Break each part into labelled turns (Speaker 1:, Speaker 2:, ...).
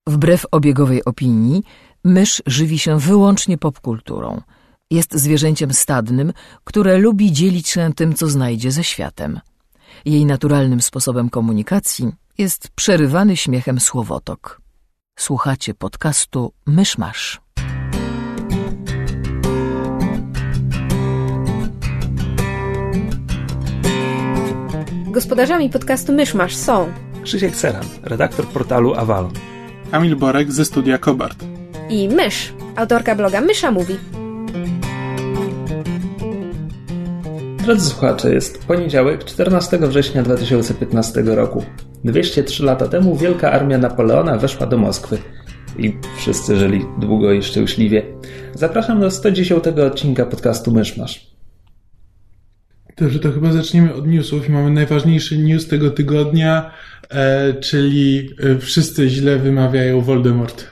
Speaker 1: Wbrew obiegowej opinii, mysz żywi się wyłącznie popkulturą. Jest zwierzęciem stadnym, które lubi dzielić się tym, co znajdzie ze światem. Jej naturalnym sposobem komunikacji jest przerywany śmiechem słowotok. Słuchacie podcastu Myszmasz.
Speaker 2: Gospodarzami podcastu Myszmasz są
Speaker 3: Krzysiek Ceran, redaktor portalu Avalon,
Speaker 4: Kamil Borek ze studia Kobart
Speaker 2: i Mysz, autorka bloga Mysza Mówi.
Speaker 3: Drodzy słuchacze, jest poniedziałek, 14 września 2015 roku. 203 lata temu wielka armia Napoleona weszła do Moskwy i wszyscy żyli długo i szczęśliwie. Zapraszam do 110 odcinka podcastu Myszmasz.
Speaker 4: Dobrze, to chyba zaczniemy od newsów i mamy najważniejszy news tego tygodnia, czyli wszyscy źle wymawiają Voldemort.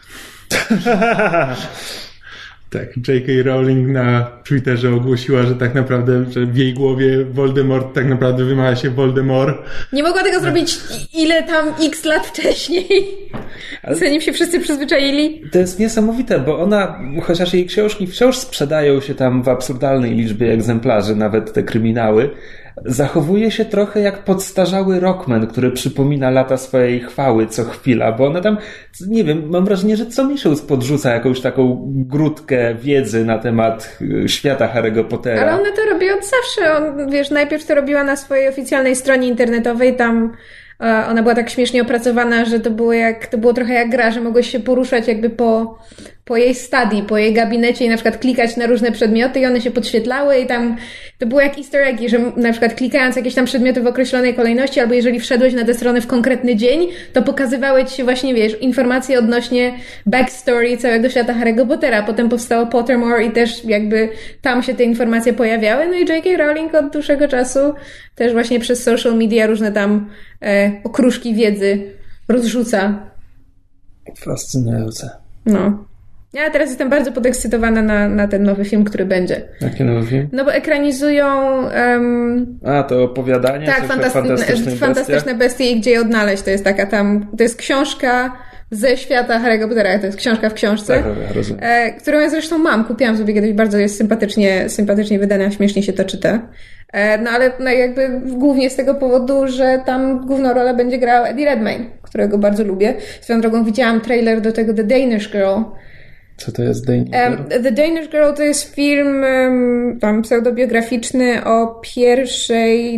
Speaker 4: Tak, J.K. Rowling na Twitterze ogłosiła, że tak naprawdę, że w jej głowie Voldemort tak naprawdę wymawia się Voldemort.
Speaker 2: Nie mogła tego zrobić ile tam x lat wcześniej, zanim się wszyscy przyzwyczaili.
Speaker 3: To jest niesamowite, bo ona, chociaż jej książki wciąż sprzedają się tam w absurdalnej liczbie egzemplarzy, nawet te kryminały, zachowuje się trochę jak podstarzały rockman, który przypomina lata swojej chwały co chwila, bo ona tam, nie wiem, mam wrażenie, że co miesiąc podrzuca jakąś taką grudkę wiedzy na temat świata Harry'ego Pottera.
Speaker 2: Ale ona to robi od zawsze. Najpierw to robiła na swojej oficjalnej stronie internetowej, tam ona była tak śmiesznie opracowana, że to było trochę jak gra, że mogłeś się poruszać jakby po jej studii, po jej gabinecie i na przykład klikać na różne przedmioty i one się podświetlały i tam to było jak easter eggi, że na przykład klikając jakieś tam przedmioty w określonej kolejności albo jeżeli wszedłeś na tę stronę w konkretny dzień, to pokazywały ci się właśnie, informacje odnośnie backstory całego świata Harry'ego Pottera. Potem powstało Pottermore i też jakby tam się te informacje pojawiały. No i J.K. Rowling od dłuższego czasu też właśnie przez social media różne tam okruszki wiedzy rozrzuca.
Speaker 3: Fascynujące.
Speaker 2: No. Ja teraz jestem bardzo podekscytowana na ten nowy film, który będzie.
Speaker 3: Jaki nowy film?
Speaker 2: No bo ekranizują...
Speaker 3: to opowiadanie?
Speaker 2: Tak, Fantastyczne bestie i gdzie je odnaleźć. To jest taka tam... To jest książka ze świata Harry'ego Pottera. To jest książka w książce.
Speaker 3: Tak, rozumiem.
Speaker 2: Którą ja zresztą mam. Kupiłam sobie kiedyś. Bardzo jest sympatycznie wydana. Śmiesznie się to czyta. No ale jakby głównie z tego powodu, że tam główną rolę będzie grał Eddie Redmayne, którego bardzo lubię. Swoją drogą widziałam trailer do tego The Danish Girl.
Speaker 3: Co to jest Danish Girl?
Speaker 2: The Danish Girl to jest film tam pseudobiograficzny o pierwszej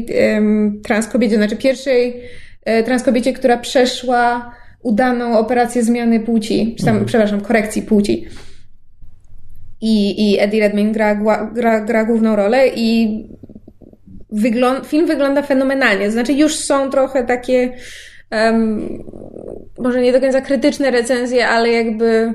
Speaker 2: transkobiecie, która przeszła udaną operację zmiany płci, czy tam, korekcji płci. I Eddie Redmayne gra główną rolę i film wygląda fenomenalnie. To znaczy już są trochę takie może nie do końca krytyczne recenzje, ale jakby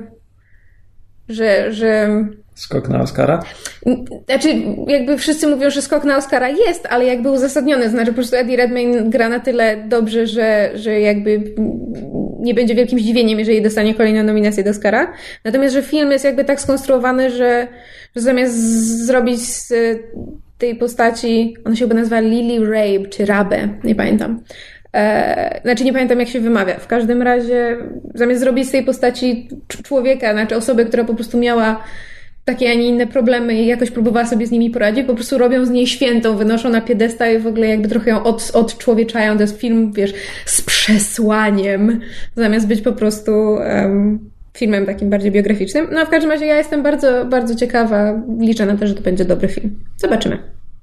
Speaker 2: że...
Speaker 3: Skok na Oscara?
Speaker 2: Znaczy, jakby wszyscy mówią, że skok na Oscara jest, ale jakby uzasadniony. Znaczy, po prostu Eddie Redmayne gra na tyle dobrze, że jakby nie będzie wielkim zdziwieniem, jeżeli dostanie kolejną nominację do Oscara. Natomiast, że film jest jakby tak skonstruowany, że zamiast zrobić z tej postaci, ona się chyba nazywa Lily Rabe, czy Rabe, nie pamiętam. Nie pamiętam jak się wymawia. W każdym razie zamiast zrobić z tej postaci człowieka, znaczy osoby, która po prostu miała takie, a nie inne problemy i jakoś próbowała sobie z nimi poradzić, po prostu robią z niej świętą, wynoszą na piedestał i w ogóle jakby trochę ją odczłowieczają. To jest film, z przesłaniem, zamiast być po prostu filmem takim bardziej biograficznym. No a w każdym razie ja jestem bardzo, bardzo ciekawa. Liczę na to, że to będzie dobry film. Zobaczymy.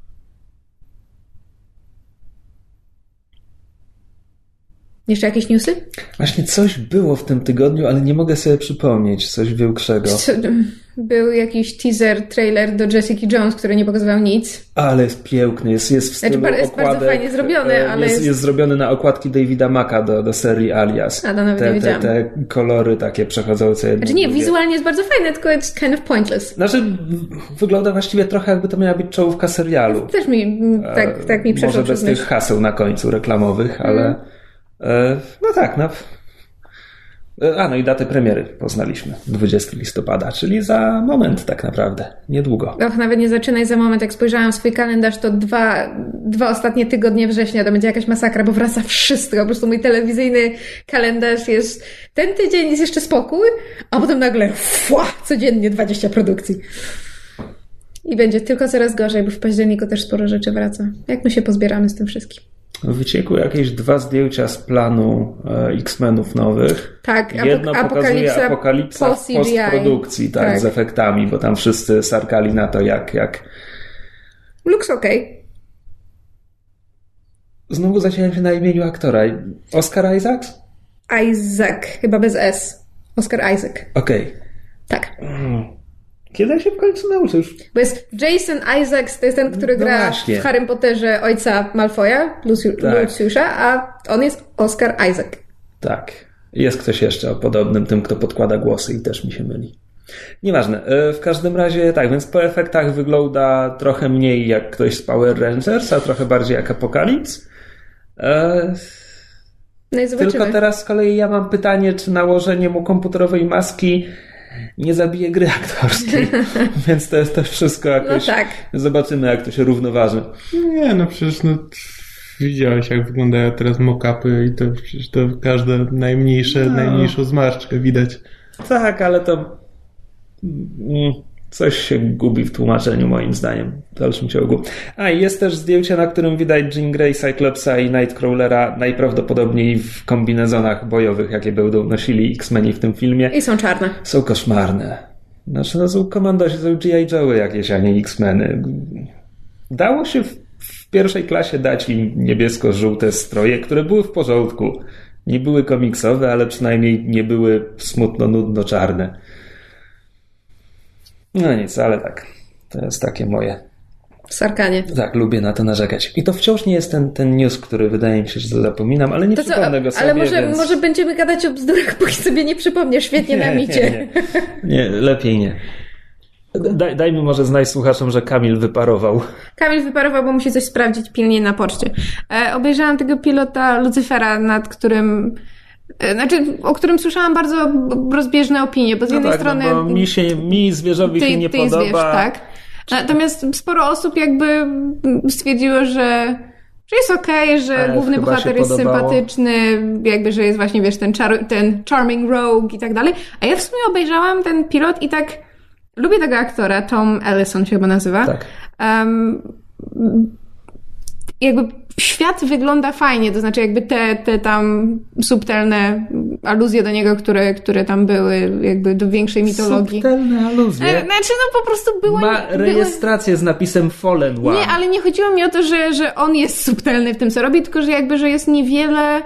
Speaker 2: Jeszcze jakieś newsy?
Speaker 3: Właśnie coś było w tym tygodniu, ale nie mogę sobie przypomnieć coś większego.
Speaker 2: Był jakiś teaser, trailer do Jessica Jones, który nie pokazywał nic.
Speaker 3: Ale jest piękny, jest w stylu
Speaker 2: jest bardzo fajnie zrobiony, ale
Speaker 3: jest zrobiony na okładki Davida Macka do serii Alias.
Speaker 2: A to nawet nie wiedziałam.
Speaker 3: Te kolory takie przechodzące.
Speaker 2: Wizualnie jest bardzo fajne, tylko it's kind of pointless.
Speaker 3: Znaczy, wygląda właściwie trochę jakby to miała być czołówka serialu.
Speaker 2: Też mi tak mi przeszło.
Speaker 3: Może bez tych haseł na końcu reklamowych, ale... No i datę premiery poznaliśmy. 20 listopada, czyli za moment tak naprawdę. Niedługo.
Speaker 2: Nawet nie zaczynaj za moment. Jak spojrzałam w swój kalendarz, to dwa ostatnie tygodnie września to będzie jakaś masakra, bo wraca wszystko. Po prostu mój telewizyjny kalendarz jest... Ten tydzień jest jeszcze spokój, a potem nagle codziennie 20 produkcji. I będzie tylko coraz gorzej, bo w październiku też sporo rzeczy wraca. Jak my się pozbieramy z tym wszystkim?
Speaker 3: Wyciekły jakieś 2 zdjęcia z planu X-Menów nowych.
Speaker 2: Tak,
Speaker 3: jedno pokazuje apokalipsa w postprodukcji, tak, z efektami, bo tam wszyscy sarkali na to, jak...
Speaker 2: Looks okay.
Speaker 3: Znowu zaciąłem się na imieniu aktora. Oscar Isaacs?
Speaker 2: Isaac, chyba bez S. Oscar Isaac.
Speaker 3: Okej.
Speaker 2: Tak.
Speaker 3: Kiedy się w końcu nauczysz?
Speaker 2: Bo jest Jason Isaacs, to jest ten, który gra
Speaker 3: właśnie
Speaker 2: w Harrym Potterze ojca Malfoya, Luciusza, a on jest Oscar Isaac.
Speaker 3: Tak. Jest ktoś jeszcze o podobnym, tym, kto podkłada głosy i też mi się myli. Nieważne. W każdym razie tak, więc po efektach wygląda trochę mniej jak ktoś z Power Rangers, a trochę bardziej jak Apokalips.
Speaker 2: No i zobaczymy.
Speaker 3: Tylko teraz z kolei ja mam pytanie, czy nałożenie mu komputerowej maski nie zabije gry aktorskiej. Więc to jest też wszystko jakoś...
Speaker 2: No tak.
Speaker 3: Zobaczymy, jak to się równoważy.
Speaker 4: Nie, przecież widziałeś, jak wyglądają teraz mock-upy i to przecież to każda najmniejszą zmarszczkę widać.
Speaker 3: Tak, ale to coś się gubi w tłumaczeniu, moim zdaniem, w dalszym ciągu. I jest też zdjęcie, na którym widać Jean Grey, Cyclopsa i Nightcrawlera najprawdopodobniej w kombinezonach bojowych, jakie będą nosili X-Meni w tym filmie.
Speaker 2: I są czarne.
Speaker 3: Są koszmarne. Znaczy, są komandosi, są G.I. Joe'y jakieś, a nie X-Meny. Dało się w pierwszej klasie dać im niebiesko-żółte stroje, które były w porządku. Nie były komiksowe, ale przynajmniej nie były smutno, nudno czarne. No nic, ale tak. To jest takie moje...
Speaker 2: Sarkanie.
Speaker 3: Tak, lubię na to narzekać. I to wciąż nie jest ten news, który wydaje mi się, że zapominam, ale nie przypomnę go sobie.
Speaker 2: Ale może będziemy gadać o bzdurach, póki sobie nie przypomniesz. Świetnie nam idzie.
Speaker 3: Nie, lepiej nie. Daj mi może znać słuchaczom, że Kamil wyparował.
Speaker 2: Kamil wyparował, bo musi coś sprawdzić pilnie na poczcie. Obejrzałam tego pilota Lucyfera, o którym słyszałam bardzo rozbieżne opinie, bo z jednej strony...
Speaker 3: No bo mi zwierzowi się nie podoba.
Speaker 2: Zwierz, tak. Natomiast sporo osób jakby stwierdziło, że jest okej, że główny bohater jest sympatyczny, jakby, że jest właśnie, wiesz, ten charming rogue i tak dalej. A ja w sumie obejrzałam ten pilot i tak lubię tego aktora, Tom Ellison się chyba nazywa.
Speaker 3: Tak.
Speaker 2: Jakby świat wygląda fajnie, to znaczy jakby te tam subtelne aluzje do niego, które tam były jakby do większej mitologii.
Speaker 3: Subtelne aluzje?
Speaker 2: Znaczy po prostu były...
Speaker 3: Ma rejestrację z napisem Fallen One.
Speaker 2: Nie, ale nie chodziło mi o to, że on jest subtelny w tym, co robi, tylko że jest niewiele...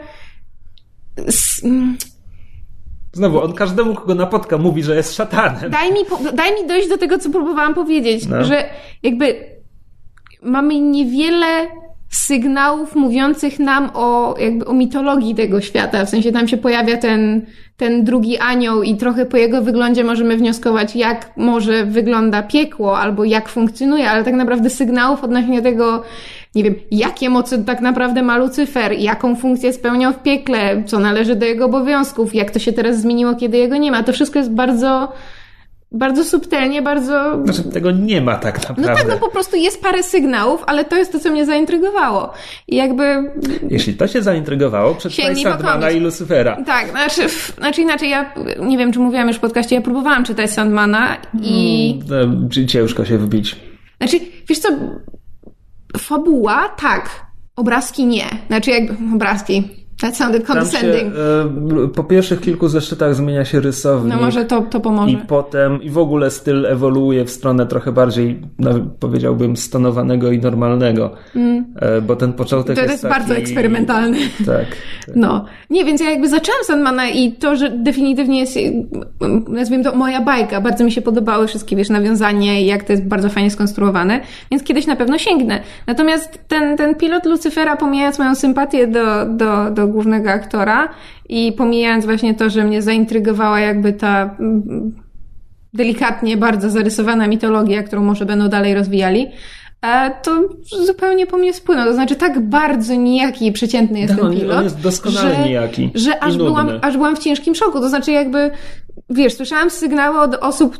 Speaker 3: Znowu, on każdemu, kogo napotka, mówi, że jest szatanem.
Speaker 2: Daj mi dojść do tego, co próbowałam powiedzieć, że jakby mamy niewiele sygnałów mówiących nam o mitologii tego świata. W sensie tam się pojawia ten drugi anioł i trochę po jego wyglądzie możemy wnioskować, jak może wygląda piekło albo jak funkcjonuje, ale tak naprawdę sygnałów odnośnie tego, nie wiem, jakie moce tak naprawdę ma Lucyfer, jaką funkcję spełniał w piekle, co należy do jego obowiązków, jak to się teraz zmieniło, kiedy jego nie ma. To wszystko jest bardzo... Bardzo subtelnie, bardzo...
Speaker 3: Znaczy, tego nie ma tak naprawdę.
Speaker 2: No tak, po prostu jest parę sygnałów, ale to jest to, co mnie zaintrygowało. I jakby...
Speaker 3: Jeśli to się zaintrygowało, przeczytaj Sandmana i Lucyfera.
Speaker 2: Tak, znaczy inaczej, ja nie wiem, czy mówiłam już w podcaście, ja próbowałam czytać Sandmana i...
Speaker 3: Ciężko się wbić.
Speaker 2: Znaczy, wiesz co, fabuła, tak, obrazki nie. Znaczy obrazki... That sounded condescending.
Speaker 3: Po pierwszych kilku zeszytach zmienia się rysownik.
Speaker 2: No może to pomoże.
Speaker 3: I potem, i w ogóle styl ewoluuje w stronę trochę bardziej, powiedziałbym, stonowanego i normalnego. Bo ten początek
Speaker 2: jest taki... bardzo eksperymentalny.
Speaker 3: Tak.
Speaker 2: No. Nie, więc ja jakby zaczęłam Sandmana i to, że definitywnie jest, nazwijmy to, moja bajka. Bardzo mi się podobały wszystkie, wiesz, nawiązania i jak to jest bardzo fajnie skonstruowane. Więc kiedyś na pewno sięgnę. Natomiast ten pilot Lucyfera, pomijając moją sympatię do głównego aktora i pomijając właśnie to, że mnie zaintrygowała jakby ta delikatnie bardzo zarysowana mitologia, którą może będą dalej rozwijali, to zupełnie po mnie spłynął. To znaczy tak bardzo nijaki i przeciętny jest ten pilot.
Speaker 3: On jest doskonale nijaki.
Speaker 2: Że aż byłam w ciężkim szoku. To znaczy jakby, wiesz, słyszałam sygnały od osób,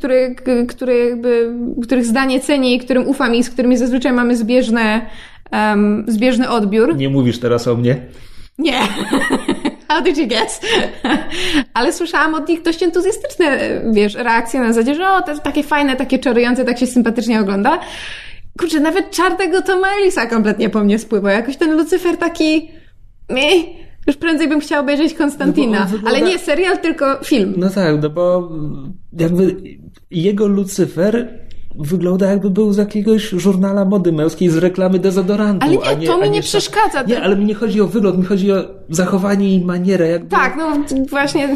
Speaker 2: których zdanie cenię i którym ufam i z którymi zazwyczaj mamy zbieżny odbiór.
Speaker 3: Nie mówisz teraz o mnie?
Speaker 2: Nie. How did you guess? Ale słyszałam od nich dość entuzjastyczne, wiesz, reakcje na zasadzie, że to jest takie fajne, takie czarujące, tak się sympatycznie ogląda. Kurczę, nawet czar tego Toma Ellisa kompletnie po mnie spływa. Jakoś ten Lucyfer taki... Już prędzej bym chciała obejrzeć Konstantina. Wygląda... Ale nie serial, tylko film.
Speaker 3: No tak, no bo jakby jego Lucyfer wygląda jakby był z jakiegoś żurnala mody męskiej, z reklamy dezodorantu.
Speaker 2: Ale nie, to mi nie przeszkadza.
Speaker 3: Nie, ale mi nie chodzi o wygląd, mi chodzi o zachowanie i manierę. Jakby...
Speaker 2: Tak, no właśnie...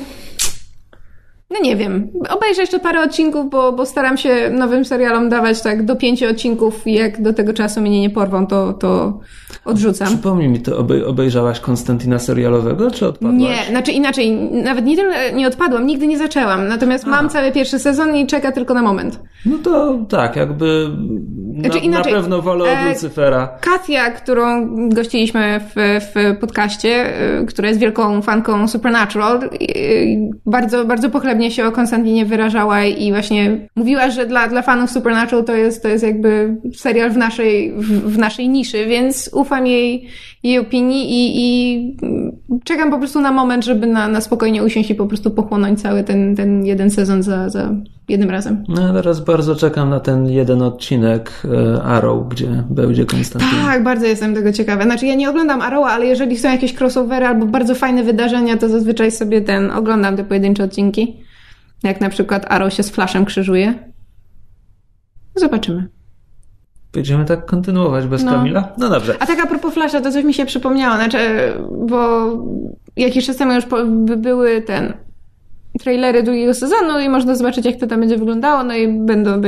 Speaker 2: No nie wiem. Obejrzę jeszcze parę odcinków, bo staram się nowym serialom dawać tak do 5 odcinków i jak do tego czasu mnie nie porwą, to odrzucam.
Speaker 3: Przypomnij mi, to obejrzałaś Konstantina serialowego, czy odpadłaś?
Speaker 2: Nie, znaczy inaczej. Nawet nie odpadłam, nigdy nie zaczęłam. Natomiast mam cały pierwszy sezon i czeka tylko na moment.
Speaker 3: No to tak, jakby na pewno wolę od Lucyfera.
Speaker 2: Katia, którą gościliśmy w podcaście, która jest wielką fanką Supernatural, bardzo, bardzo pochlebnie się o Konstantinie wyrażała i właśnie mówiła, że dla fanów Supernatural to jest jakby serial w naszej niszy, więc ufam jej opinii i czekam po prostu na moment, żeby na spokojnie usiąść i po prostu pochłonąć cały ten jeden sezon za jednym razem.
Speaker 3: No ja teraz bardzo czekam na ten jeden odcinek Arrow, gdzie będzie Konstantin.
Speaker 2: Tak, bardzo jestem tego ciekawa. Znaczy ja nie oglądam Arrowa, ale jeżeli są jakieś crossovery albo bardzo fajne wydarzenia, to zazwyczaj sobie oglądam te pojedyncze odcinki. Jak na przykład Arrow się z Flashem krzyżuje. Zobaczymy.
Speaker 3: Będziemy tak kontynuować bez Kamila? No dobrze.
Speaker 2: A tak a propos Flasha, to coś mi się przypomniało. Znaczy, bo jakiś czas temu już były trailery drugiego sezonu i można zobaczyć, jak to tam będzie wyglądało. No i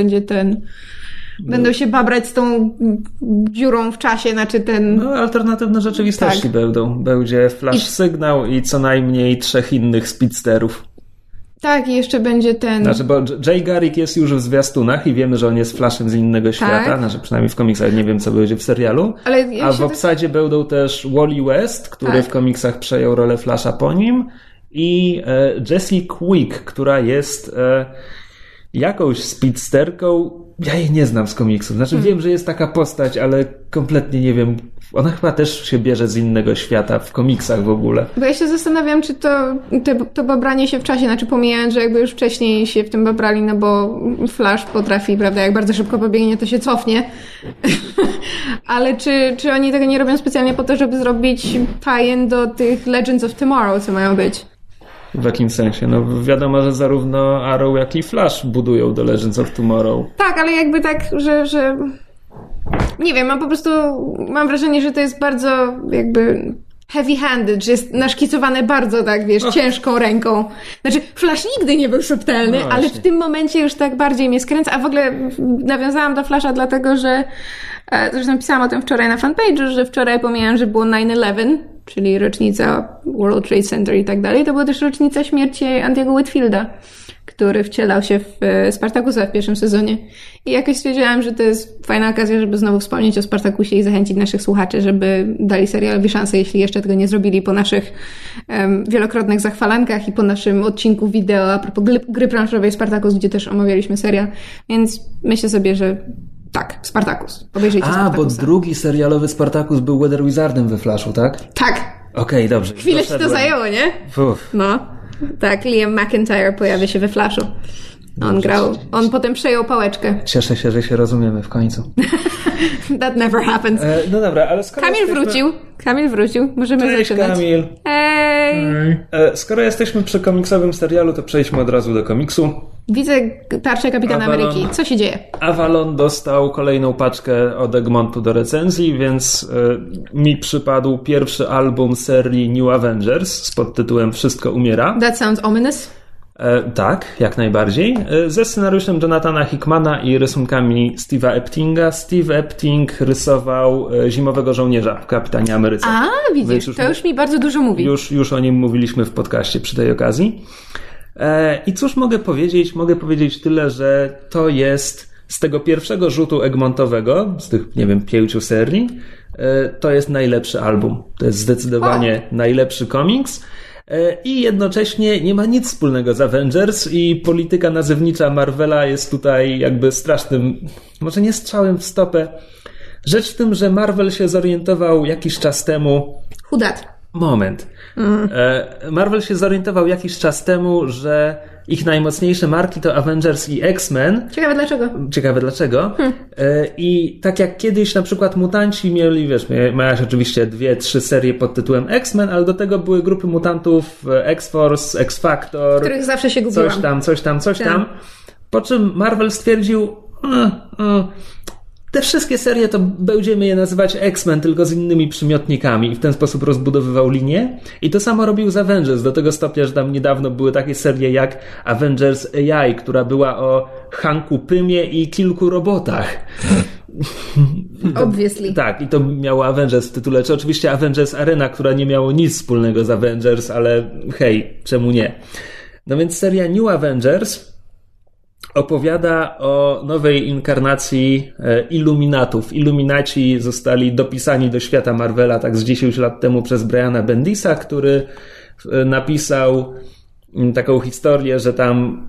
Speaker 2: będą się babrać z tą dziurą w czasie, znaczy
Speaker 3: No, alternatywne rzeczywistości będą. Będzie Flash Sygnał i co najmniej 3 innych speedsterów.
Speaker 2: Tak, i jeszcze będzie
Speaker 3: Znaczy, bo Jay Garrick jest już w zwiastunach i wiemy, że on jest Flashem z innego świata, znaczy przynajmniej w komiksach, nie wiem, co będzie w serialu. A w obsadzie będą też Wally West, który w komiksach przejął rolę Flasha po nim, i Jessie Quick, która jest jakąś speedsterką. Ja jej nie znam z komiksów. Znaczy wiem, że jest taka postać, ale kompletnie nie wiem. Ona chyba też się bierze z innego świata w komiksach w ogóle.
Speaker 2: Bo ja się zastanawiam, czy to babranie się w czasie, znaczy pomijając, że jakby już wcześniej się w tym babrali, no bo Flash potrafi, prawda, jak bardzo szybko pobiegnie, to się cofnie. Ale czy oni tego nie robią specjalnie po to, żeby zrobić tie-in do tych Legends of Tomorrow, co mają być?
Speaker 3: W jakim sensie? No wiadomo, że zarówno Arrow, jak i Flash budują do Legends of Tomorrow.
Speaker 2: Tak, ale jakby tak, że... Nie wiem, mam wrażenie, że to jest bardzo jakby heavy-handed, że jest naszkicowane bardzo tak, wiesz, ciężką ręką. Znaczy, Flash nigdy nie był subtelny, ale w tym momencie już tak bardziej mnie skręca, a w ogóle nawiązałam do Flasha dlatego, że zresztą pisałam o tym wczoraj na fanpage'u, że wczoraj pomijam, że było 9/11, czyli rocznica World Trade Center i tak dalej, to była też rocznica śmierci Andiego Whitfielda, który wcielał się w Spartakusa w pierwszym sezonie. I jakoś stwierdziłam, że to jest fajna okazja, żeby znowu wspomnieć o Spartakusie i zachęcić naszych słuchaczy, żeby dali serialowi szansę, jeśli jeszcze tego nie zrobili, po naszych wielokrotnych zachwalankach i po naszym odcinku wideo a propos gry planszowej Spartacus, gdzie też omawialiśmy serial. Więc myślę sobie, że tak, Spartacus. Obejrzyjcie Spartacusa.
Speaker 3: Bo drugi serialowy Spartacus był Weather Wizardem we Flashu, tak?
Speaker 2: Tak.
Speaker 3: Okej, dobrze.
Speaker 2: Chwilę się to zajęło, nie? No. Tak, Liam McIntyre pojawia się we Flashu. On potem przejął pałeczkę.
Speaker 3: Cieszę się, że się rozumiemy w końcu.
Speaker 2: That never happens.
Speaker 3: No dobra, ale skoro
Speaker 2: Kamil wrócił. Możemy zaczynać.
Speaker 3: Kamil.
Speaker 2: Hej!
Speaker 3: Skoro jesteśmy przy komiksowym serialu, to przejdźmy od razu do komiksu.
Speaker 2: Widzę tarczę Kapitana Ameryki. Co się dzieje?
Speaker 3: Avalon dostał kolejną paczkę od Egmontu do recenzji, więc mi przypadł pierwszy album serii New Avengers z podtytułem Wszystko umiera.
Speaker 2: That sounds ominous.
Speaker 3: Tak, jak najbardziej. Ze scenariuszem Jonathana Hickmana i rysunkami Steve'a Eptinga. Steve Epting rysował Zimowego Żołnierza w Kapitanie Ameryce.
Speaker 2: A, widzisz, to już mi bardzo dużo mówi.
Speaker 3: Już o nim mówiliśmy w podcaście przy tej okazji. I cóż mogę powiedzieć? Mogę powiedzieć tyle, że to jest z tego pierwszego rzutu egmontowego, z tych, nie wiem, 5 serii, to jest najlepszy album. To jest zdecydowanie najlepszy komiks. I jednocześnie nie ma nic wspólnego z Avengers i polityka nazewnicza Marvela jest tutaj jakby strasznym, może nie strzałem w stopę. Rzecz w tym, że Marvel się zorientował jakiś czas temu... Moment. Marvel się zorientował jakiś czas temu, że ich najmocniejsze marki to Avengers i X-Men. Ciekawe dlaczego. I tak jak kiedyś na przykład mutanci mieli, wiesz, miałeś oczywiście 2-3 serie pod tytułem X-Men, ale do tego były grupy mutantów X-Force, X-Factor.
Speaker 2: W których zawsze się gubiłam.
Speaker 3: Coś tam. Po czym Marvel stwierdził, te wszystkie serie to będziemy je nazywać X-Men, tylko z innymi przymiotnikami i w ten sposób rozbudowywał linię. I to samo robił z Avengers, do tego stopnia, że tam niedawno były takie serie jak Avengers AI, która była o Hanku Pymie i kilku robotach.
Speaker 2: Obviously.
Speaker 3: Tak, i to miało Avengers w tytule, czy oczywiście Avengers Arena, która nie miało nic wspólnego z Avengers, ale hej, czemu nie? No więc seria New Avengers opowiada o nowej inkarnacji Illuminatów. Illuminaci zostali dopisani do świata Marvela tak z 10 lat temu przez Briana Bendisa, który napisał taką historię, że tam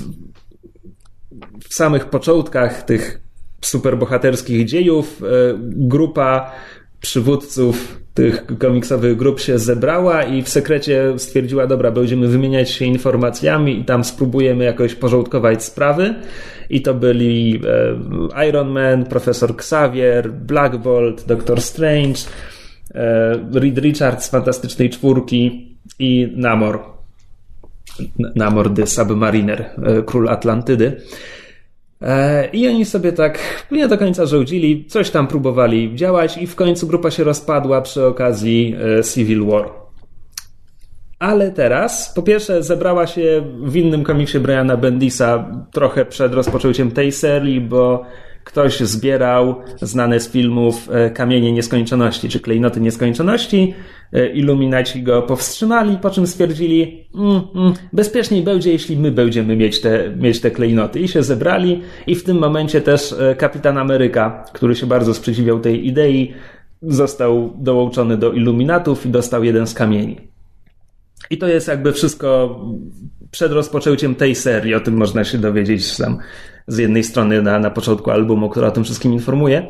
Speaker 3: w samych początkach tych superbohaterskich dziejów grupa przywódców tych komiksowych grup się zebrała i w sekrecie stwierdziła, dobra, będziemy wymieniać się informacjami i tam spróbujemy jakoś porządkować sprawy. I to byli Iron Man, Profesor Xavier, Black Bolt, Doctor Strange, Reed Richards z Fantastycznej Czwórki i Namor. Namor the Submariner, król Atlantydy. I oni sobie tak nie do końca rządzili, coś tam próbowali działać i w końcu grupa się rozpadła przy okazji Civil War. Ale teraz, po pierwsze, zebrała się w innym komiksie Briana Bendisa trochę przed rozpoczęciem tej serii, bo ktoś zbierał znane z filmów Kamienie Nieskończoności, czy Klejnoty Nieskończoności. Illuminaci go powstrzymali, po czym stwierdzili, bezpieczniej będzie, jeśli my będziemy mieć te klejnoty. I się zebrali i w tym momencie też Kapitan Ameryka, który się bardzo sprzeciwiał tej idei, został dołączony do Illuminatów i dostał jeden z kamieni. I to jest jakby wszystko przed rozpoczęciem tej serii. O tym można się dowiedzieć tam z jednej strony na początku albumu, która o tym wszystkim informuje.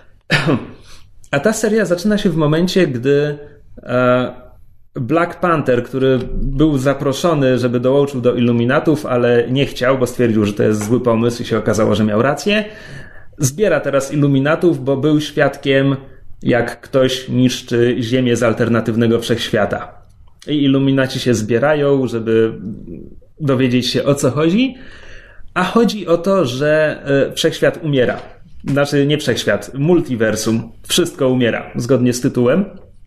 Speaker 3: A ta seria zaczyna się w momencie, gdy Black Panther, który był zaproszony, żeby dołączył do Illuminatów, ale nie chciał, bo stwierdził, że to jest zły pomysł i się okazało, że miał rację, zbiera teraz Illuminatów, bo był świadkiem, jak ktoś niszczy Ziemię z alternatywnego wszechświata. I Illuminaci się zbierają, żeby dowiedzieć się, o co chodzi. A chodzi o to, że wszechświat umiera. Znaczy nie wszechświat, multiversum. Wszystko umiera, zgodnie z tytułem.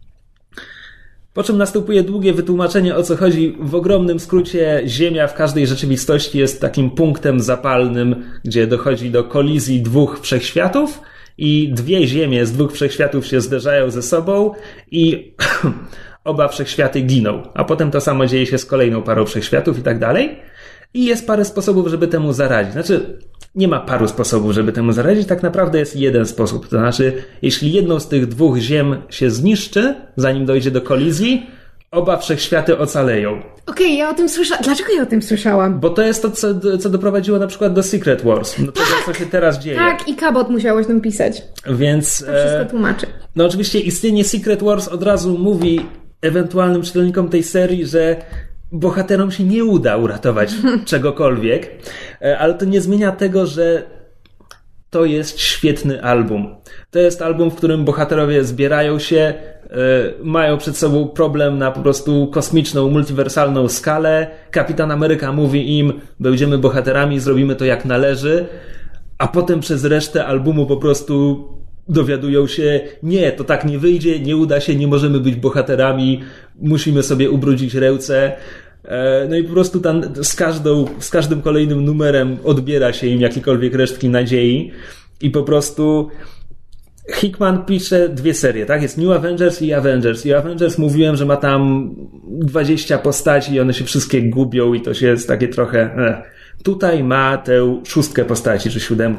Speaker 3: Po czym następuje długie wytłumaczenie, o co chodzi. W ogromnym skrócie Ziemia w każdej rzeczywistości jest takim punktem zapalnym, gdzie dochodzi do kolizji dwóch wszechświatów i dwie Ziemie z dwóch wszechświatów się zderzają ze sobą i oba wszechświaty giną. A potem to samo dzieje się z kolejną parą wszechświatów i tak dalej. I jest parę sposobów, żeby temu zaradzić. Znaczy, nie ma paru sposobów, żeby temu zaradzić. Tak naprawdę jest jeden sposób. To znaczy, jeśli jedną z tych dwóch ziem się zniszczy, zanim dojdzie do kolizji, oba wszechświaty ocaleją.
Speaker 2: Okej, ja o tym słyszałam. Dlaczego ja o tym słyszałam?
Speaker 3: Bo to jest to, co doprowadziło na przykład do Secret Wars. Do tego, co się teraz dzieje.
Speaker 2: Tak, i Cabot musiałeś nam pisać.
Speaker 3: Więc
Speaker 2: to wszystko tłumaczy.
Speaker 3: No oczywiście istnienie Secret Wars od razu mówi ewentualnym czytelnikom tej serii, że bohaterom się nie uda uratować czegokolwiek, ale to nie zmienia tego, że to jest świetny album. To jest album, w którym bohaterowie zbierają się, mają przed sobą problem na po prostu kosmiczną, multiwersalną skalę. Kapitan Ameryka mówi im, będziemy bohaterami, zrobimy to jak należy, a potem przez resztę albumu po prostu dowiadują się, nie, to tak nie wyjdzie, nie uda się, nie możemy być bohaterami, musimy sobie ubrudzić ręce. No i po prostu tam z każdym kolejnym numerem odbiera się im jakiekolwiek resztki nadziei i po prostu Hickman pisze dwie serie, tak? Jest New Avengers i Avengers. I Avengers mówiłem, że ma tam 20 postaci i one się wszystkie gubią i to się jest takie trochę... Tutaj ma tę 6 postaci, czy 7,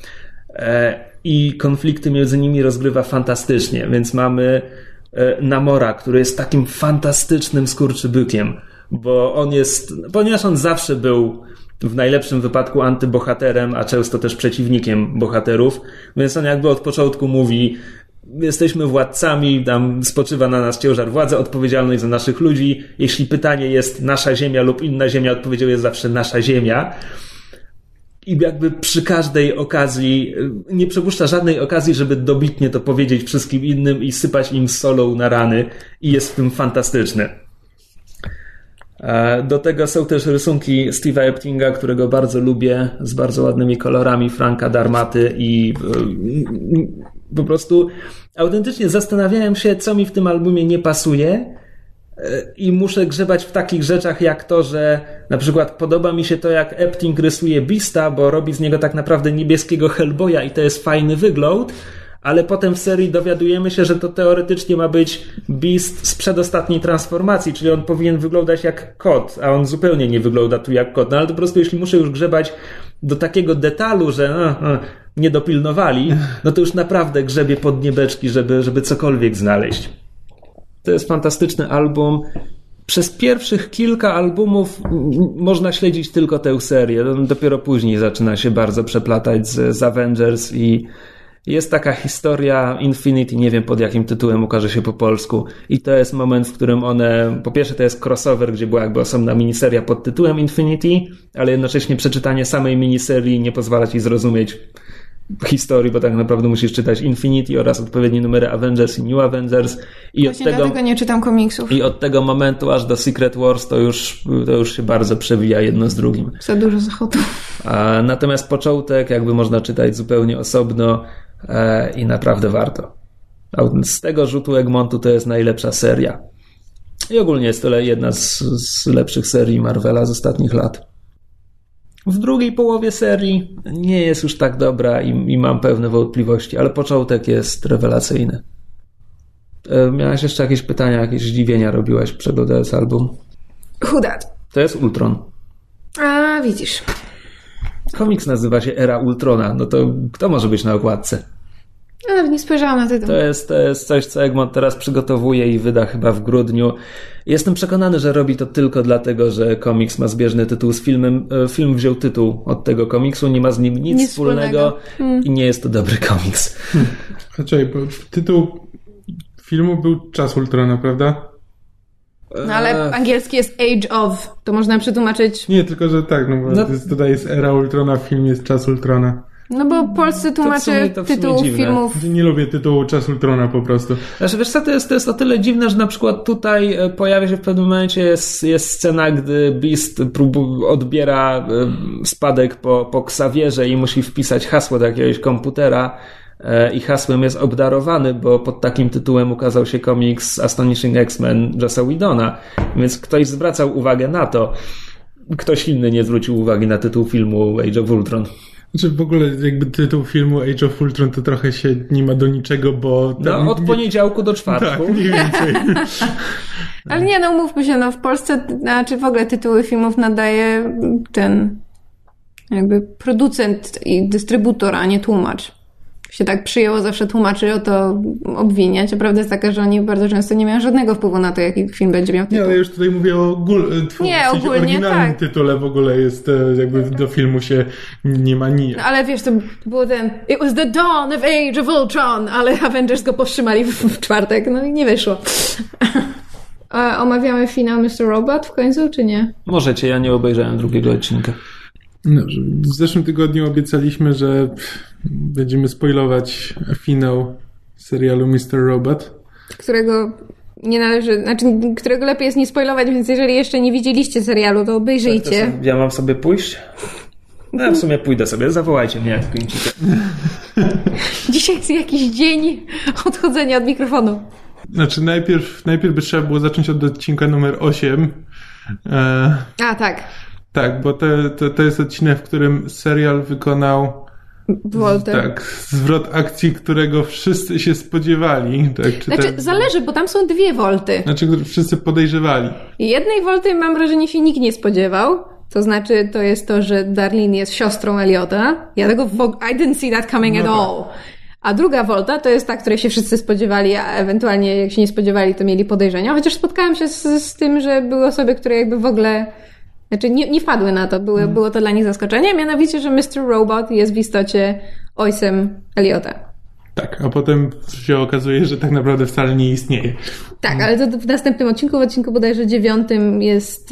Speaker 3: i konflikty między nimi rozgrywa fantastycznie, więc mamy Namora, który jest takim fantastycznym skurczybykiem, ponieważ on zawsze był w najlepszym wypadku antybohaterem, a często też przeciwnikiem bohaterów, więc on jakby od początku mówi: jesteśmy władcami, tam spoczywa na nas ciężar władzy, odpowiedzialność za naszych ludzi. Jeśli pytanie jest nasza ziemia lub inna ziemia, odpowiedzią jest zawsze nasza ziemia. I jakby przy każdej okazji nie przepuszcza żadnej okazji, żeby dobitnie to powiedzieć wszystkim innym i sypać im solą na rany, i jest w tym fantastyczny. Do tego są też rysunki Steve'a Eptinga, którego bardzo lubię, z bardzo ładnymi kolorami Franka Darmaty, i po prostu autentycznie zastanawiałem się, co mi w tym albumie nie pasuje, i muszę grzebać w takich rzeczach jak to, że na przykład podoba mi się to, jak Epting rysuje Beasta, bo robi z niego tak naprawdę niebieskiego Hellboya i to jest fajny wygląd, ale potem w serii dowiadujemy się, że to teoretycznie ma być Beast z przedostatniej transformacji, czyli on powinien wyglądać jak kot, a on zupełnie nie wygląda tu jak kot. No ale to po prostu, jeśli muszę już grzebać do takiego detalu, że nie dopilnowali, no to już naprawdę grzebię pod niebeczki, żeby cokolwiek znaleźć. To jest fantastyczny album. Przez pierwszych kilka albumów można śledzić tylko tę serię. Dopiero później zaczyna się bardzo przeplatać z Avengers i jest taka historia Infinity, nie wiem pod jakim tytułem ukaże się po polsku, i to jest moment, w którym po pierwsze to jest crossover, gdzie była jakby osobna miniseria pod tytułem Infinity, ale jednocześnie przeczytanie samej miniserii nie pozwala ci zrozumieć historii, bo tak naprawdę musisz czytać Infinity oraz odpowiednie numery Avengers i New Avengers.
Speaker 2: Właśnie dlatego nie czytam komiksów.
Speaker 3: I od tego momentu aż do Secret Wars to już się bardzo przewija jedno z drugim.
Speaker 2: Za dużo zachodu.
Speaker 3: Natomiast początek jakby można czytać zupełnie osobno i naprawdę warto. Z tego rzutu Egmontu to jest najlepsza seria. I ogólnie jest to jedna z lepszych serii Marvela z ostatnich lat. W drugiej połowie serii nie jest już tak dobra i mam pewne wątpliwości, ale początek jest rewelacyjny. Miałaś jeszcze jakieś pytania, jakieś zdziwienia robiłaś przeglądając album?
Speaker 2: Who that?
Speaker 3: To jest Ultron.
Speaker 2: A, widzisz.
Speaker 3: Komiks nazywa się Era Ultrona, no to kto może być na okładce?
Speaker 2: Ja nawet nie spojrzałam na tytuł.
Speaker 3: To jest coś, co Egmont teraz przygotowuje i wyda chyba w grudniu. Jestem przekonany, że robi to tylko dlatego, że komiks ma zbieżny tytuł z filmem. Film wziął tytuł od tego komiksu, nie ma z nim nic wspólnego i nie jest to dobry komiks.
Speaker 4: Czekaj, bo tytuł filmu był Czas Ultrona, prawda?
Speaker 2: No ale angielski jest Age of. To można przetłumaczyć...
Speaker 4: Nie, tylko że tak, no bo tutaj jest Era Ultrona, film jest Czas Ultrona.
Speaker 2: No bo polscy tłumacze tytułów filmów...
Speaker 4: Nie lubię tytułu Czas Ultrona po prostu.
Speaker 3: Znaczy wiesz co, to jest o tyle dziwne, że na przykład tutaj pojawia się w pewnym momencie jest scena, gdy Beast odbiera spadek po Xavierze i musi wpisać hasło do jakiegoś komputera i hasłem jest obdarowany, bo pod takim tytułem ukazał się komiks Astonishing X-Men Jossa Whedona, więc ktoś zwracał uwagę na to. Ktoś inny nie zwrócił uwagi na tytuł filmu Age of Ultron.
Speaker 4: Znaczy w ogóle jakby tytuł filmu Age of Ultron to trochę się nie ma do niczego, bo...
Speaker 3: No od poniedziałku do czwartku.
Speaker 4: Tak, mniej więcej.
Speaker 2: Ale nie, no umówmy się, no w Polsce, znaczy w ogóle tytuły filmów nadaje ten jakby producent i dystrybutor, a nie tłumacz. Się tak przyjęło zawsze tłumaczy o to obwiniać, a prawda jest taka, że oni bardzo często nie mają żadnego wpływu na to, jaki film będzie miał tytuł.
Speaker 4: Nie, ale już tutaj mówię o
Speaker 2: ogólnie,
Speaker 4: oryginalnym
Speaker 2: tak.
Speaker 4: tytule w ogóle jest, jakby do filmu się nie ma nijak.
Speaker 2: No, ale wiesz, to było It was the dawn of Age of Ultron, ale Avengers go powstrzymali w czwartek, no i nie wyszło. A omawiamy finał Mr. Robot w końcu, czy nie?
Speaker 3: Możecie, ja nie obejrzałem drugiego odcinka.
Speaker 4: No, w zeszłym tygodniu obiecaliśmy, że będziemy spoilować finał serialu Mr. Robot.
Speaker 2: Którego nie należy, znaczy którego lepiej jest nie spoilować, więc jeżeli jeszcze nie widzieliście serialu, to obejrzyjcie.
Speaker 3: Ja mam sobie pójść? No ja w sumie pójdę sobie, zawołajcie mnie jak kończycie.
Speaker 2: Dzisiaj jest jakiś dzień odchodzenia od mikrofonu.
Speaker 4: Znaczy najpierw by trzeba było zacząć od odcinka numer 8.
Speaker 2: A, tak.
Speaker 4: Tak, bo to jest odcinek, w którym serial wykonał zwrot akcji, którego wszyscy się spodziewali. Tak,
Speaker 2: zależy, bo tam są 2 wolty.
Speaker 4: Znaczy, wszyscy podejrzewali.
Speaker 2: Jednej wolty, mam wrażenie, się nikt nie spodziewał, To znaczy, to jest to, że Darlene jest siostrą Eliota. I didn't see that coming at all. A druga Volta to jest ta, której się wszyscy spodziewali, a ewentualnie jak się nie spodziewali, to mieli podejrzenia. Chociaż spotkałam się z tym, że były osoby, które jakby w ogóle nie wpadły na to. Było to dla nich zaskoczenie. Mianowicie, że Mr. Robot jest w istocie ojcem Eliota.
Speaker 4: Tak, a potem się okazuje, że tak naprawdę wcale nie istnieje.
Speaker 2: Tak, ale to w następnym odcinku, w odcinku bodajże 9 jest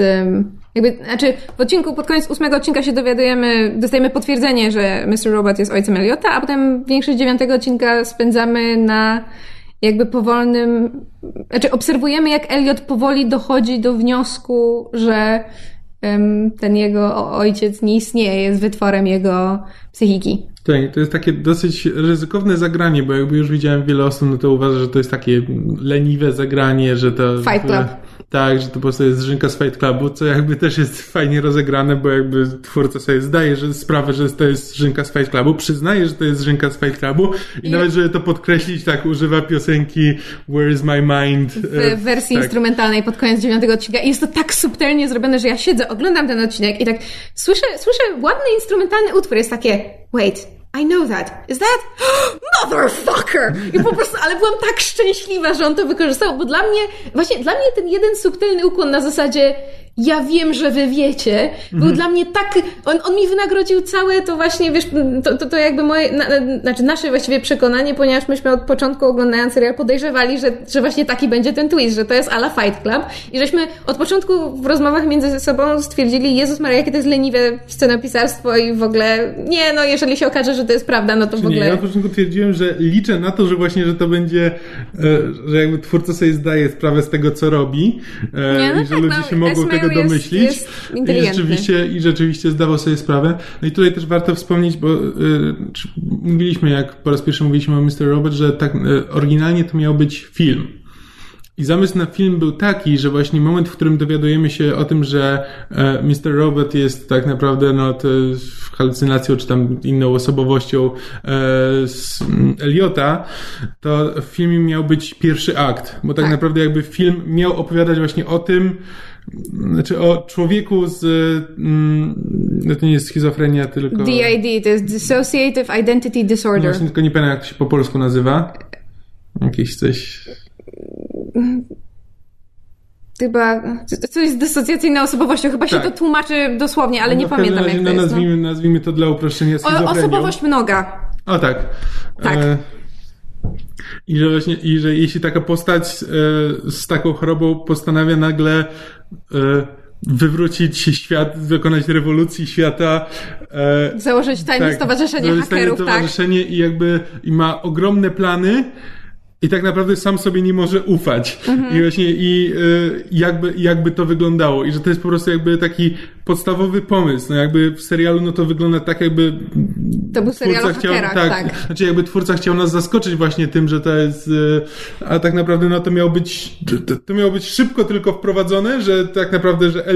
Speaker 2: pod koniec 8 odcinka się dostajemy potwierdzenie, że Mr. Robot jest ojcem Eliota, a potem większość 9 odcinka spędzamy na jakby obserwujemy, jak Eliot powoli dochodzi do wniosku, że ten jego ojciec nie istnieje, jest wytworem jego psychiki.
Speaker 4: To jest takie dosyć ryzykowne zagranie, bo jakby już widziałem wiele osób, no to uważa, że to jest takie leniwe zagranie, że to...
Speaker 2: Fight Club.
Speaker 4: Tak, że to po prostu jest Żynka z Fight Clubu, co jakby też jest fajnie rozegrane, bo jakby twórca sobie zdaje sprawę, że to jest Żynka z Fight Clubu, przyznaje, że to jest Żynka z Fight Clubu i nawet, żeby to podkreślić, tak używa piosenki Where is my mind?
Speaker 2: W wersji instrumentalnej pod koniec 9 odcinka i jest to tak subtelnie zrobione, że ja siedzę, oglądam ten odcinek i tak słyszę ładny instrumentalny utwór, jest takie wait, I know that. Is that? Motherfucker! I po prostu, ale byłam tak szczęśliwa, że on to wykorzystał, bo dla mnie ten jeden subtelny ukłon na zasadzie ja wiem, że wy wiecie, był dla mnie tak, on mi wynagrodził całe to właśnie, wiesz, to jakby nasze właściwie przekonanie, ponieważ myśmy od początku oglądając serial podejrzewali, że właśnie taki będzie ten twist, że to jest a la Fight Club i żeśmy od początku w rozmowach między sobą stwierdzili, Jezus Maria, jakie to jest leniwe scenopisarstwo i w ogóle jeżeli się okaże, że to jest prawda, no to w ogóle...
Speaker 4: Ja od początku twierdziłem, że liczę na to, że właśnie, że to będzie, że jakby twórca sobie zdaje sprawę z tego, co robi i że ludzie się mogą tego domyślić i rzeczywiście zdawał sobie sprawę. No i tutaj też warto wspomnieć, bo mówiliśmy, jak po raz pierwszy mówiliśmy o Mr. Robot, że tak oryginalnie to miał być film. I zamysł na film był taki, że właśnie moment, w którym dowiadujemy się o tym, że Mr. Robot jest tak naprawdę to halucynacją, czy tam inną osobowością z Eliota, to w filmie miał być pierwszy akt, bo tak naprawdę jakby film miał opowiadać właśnie o tym, znaczy o człowieku z to nie jest schizofrenia, tylko
Speaker 2: DID, to jest Dissociative Identity Disorder.
Speaker 4: No właśnie, tylko nie pamiętam, jak to się po polsku nazywa. Jakieś coś...
Speaker 2: Chyba coś z dysocjacyjną osobowością, chyba się to tłumaczy dosłownie, ale nie pamiętam, jak to jest.
Speaker 4: Nazwijmy to dla uproszczenia schizofrenią.
Speaker 2: Osobowość mnoga.
Speaker 4: O tak. Tak. I że jeśli taka postać z taką chorobą postanawia nagle wywrócić świat, dokonać rewolucji świata.
Speaker 2: Założyć tajne stowarzyszenie hakerów,
Speaker 4: stowarzyszenie i ma ogromne plany, i tak naprawdę sam sobie nie może ufać. I właśnie jakby to wyglądało. I że to jest po prostu jakby taki podstawowy pomysł. No jakby w serialu to wygląda tak, jakby
Speaker 2: to był serial o hakerach, tak.
Speaker 4: Znaczy jakby twórca chciał nas zaskoczyć właśnie tym, że to jest a tak naprawdę to miało być szybko tylko wprowadzone, że tak naprawdę, że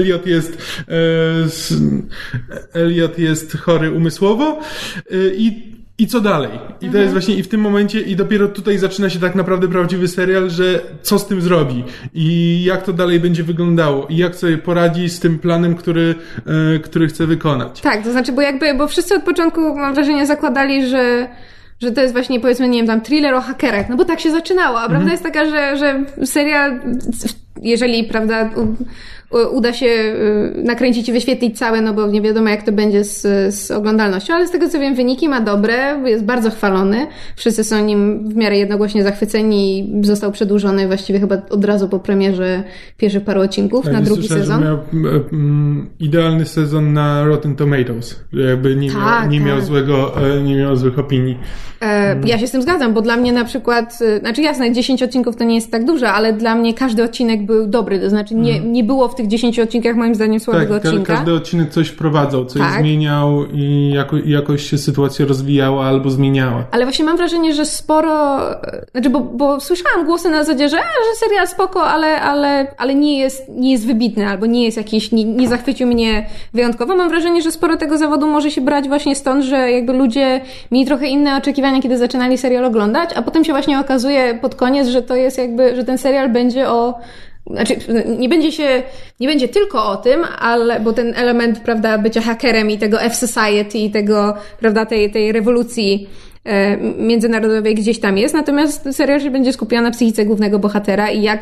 Speaker 4: Eliot jest chory umysłowo i co dalej? I to jest właśnie i w tym momencie i dopiero tutaj zaczyna się tak naprawdę prawdziwy serial, że co z tym zrobi i jak to dalej będzie wyglądało i jak sobie poradzi z tym planem, który chce wykonać.
Speaker 2: Tak, to znaczy, bo wszyscy od początku, mam wrażenie, zakładali, że to jest właśnie, powiedzmy, nie wiem, tam thriller o hakerach, no bo tak się zaczynało, a prawda jest taka, że serial, jeżeli, prawda, uda się nakręcić i wyświetlić całe, no bo nie wiadomo, jak to będzie z oglądalnością, ale z tego, co wiem, wyniki ma dobre, jest bardzo chwalony, wszyscy są nim w miarę jednogłośnie zachwyceni i został przedłużony właściwie chyba od razu po premierze pierwszych paru odcinków na drugi sezon.
Speaker 4: Że miał idealny sezon na Rotten Tomatoes, że jakby nie miał złych opinii.
Speaker 2: Ja się z tym zgadzam, bo dla mnie na przykład, znaczy jasne, 10 odcinków to nie jest tak dużo, ale dla mnie każdy odcinek był dobry, to znaczy nie było w tych 10 odcinkach moim zdaniem słabego odcinka.
Speaker 4: Każdy odcinek coś wprowadzał, coś zmieniał i jakoś się sytuacja rozwijała albo zmieniała.
Speaker 2: Ale właśnie mam wrażenie, że sporo, znaczy bo słyszałam głosy na zasadzie, że serial spoko, ale nie jest wybitny, albo nie jest jakiś, nie zachwycił mnie wyjątkowo. Mam wrażenie, że sporo tego zawodu może się brać właśnie stąd, że jakby ludzie mieli trochę inne oczekiwania, kiedy zaczynali serial oglądać, a potem się właśnie okazuje pod koniec, że to jest jakby, że ten serial będzie o znaczy nie będzie tylko o tym, ale, bo ten element, prawda, bycia hakerem i tego F-Society i tego, prawda, tej rewolucji międzynarodowej gdzieś tam jest, natomiast serial się będzie skupiał na psychice głównego bohatera i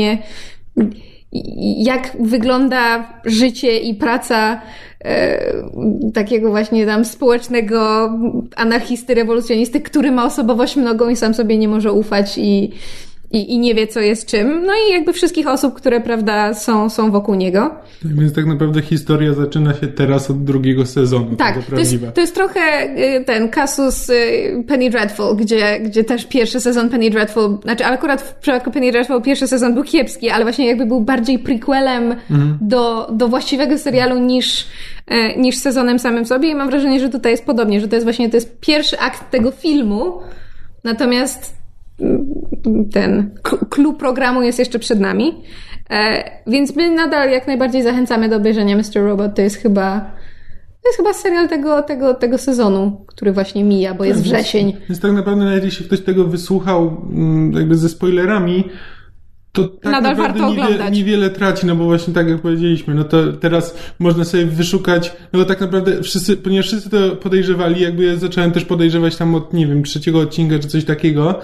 Speaker 2: jak wygląda życie i praca takiego właśnie tam społecznego anarchisty, rewolucjonisty, który ma osobowość mnogą i sam sobie nie może ufać i nie wie, co jest czym. No i jakby wszystkich osób, które, prawda, są wokół niego.
Speaker 4: Więc tak naprawdę historia zaczyna się teraz od drugiego sezonu.
Speaker 2: Tak, to jest trochę ten kasus Penny Dreadful, gdzie też pierwszy sezon Penny Dreadful, znaczy akurat w przypadku Penny Dreadful pierwszy sezon był kiepski, ale właśnie jakby był bardziej prequelem do właściwego serialu niż sezonem samym sobie i mam wrażenie, że tutaj jest podobnie, że to jest pierwszy akt tego filmu, natomiast ten clue programu jest jeszcze przed nami. Więc my nadal jak najbardziej zachęcamy do obejrzenia Mr. Robot. To jest chyba serial tego sezonu, który właśnie mija, bo jest wrzesień.
Speaker 4: Więc tak naprawdę nawet jeśli ktoś tego wysłuchał jakby ze spoilerami, to tak
Speaker 2: nadal
Speaker 4: naprawdę
Speaker 2: warto oglądać.
Speaker 4: Niewiele traci, no bo właśnie tak jak powiedzieliśmy, no to teraz można sobie wyszukać, no bo tak naprawdę ponieważ wszyscy to podejrzewali, jakby ja zacząłem też podejrzewać tam od, nie wiem, 3 odcinka czy coś takiego,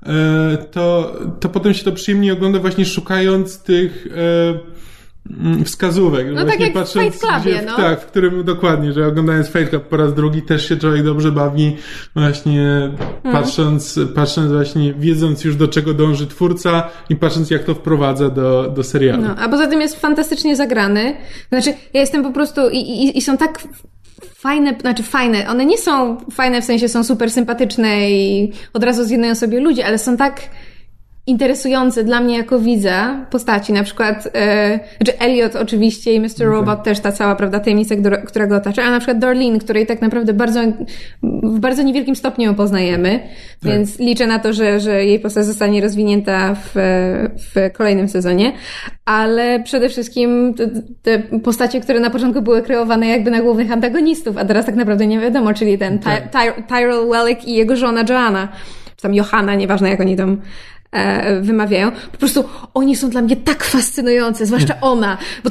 Speaker 4: to potem się to przyjemnie ogląda właśnie szukając tych wskazówek.
Speaker 2: No tak jak w Fight Clubie, no.
Speaker 4: Tak, w którym dokładnie, że oglądając Fight Club po raz drugi też się człowiek dobrze bawi, właśnie patrząc właśnie, wiedząc już do czego dąży twórca i patrząc jak to wprowadza do serialu.
Speaker 2: No, a poza tym jest fantastycznie zagrany. Znaczy, ja jestem po prostu i są tak fajne, one nie są fajne w sensie są super sympatyczne i od razu zjednają sobie ludzi, ale są tak interesujące dla mnie jako widza postaci, na przykład Elliot oczywiście i Mr. Robot też ta cała, prawda, tajemnica, która go otacza, a na przykład Darlene, której tak naprawdę w bardzo niewielkim stopniu ją poznajemy, więc liczę na to, że jej postać zostanie rozwinięta w kolejnym sezonie, ale przede wszystkim te postacie, które na początku były kreowane jakby na głównych antagonistów, a teraz tak naprawdę nie wiadomo, czyli ten Tyrell Wellick i jego żona Joanna, czy tam Johanna, nieważne jak oni tam wymawiają. Po prostu oni są dla mnie tak fascynujące, zwłaszcza ona, bo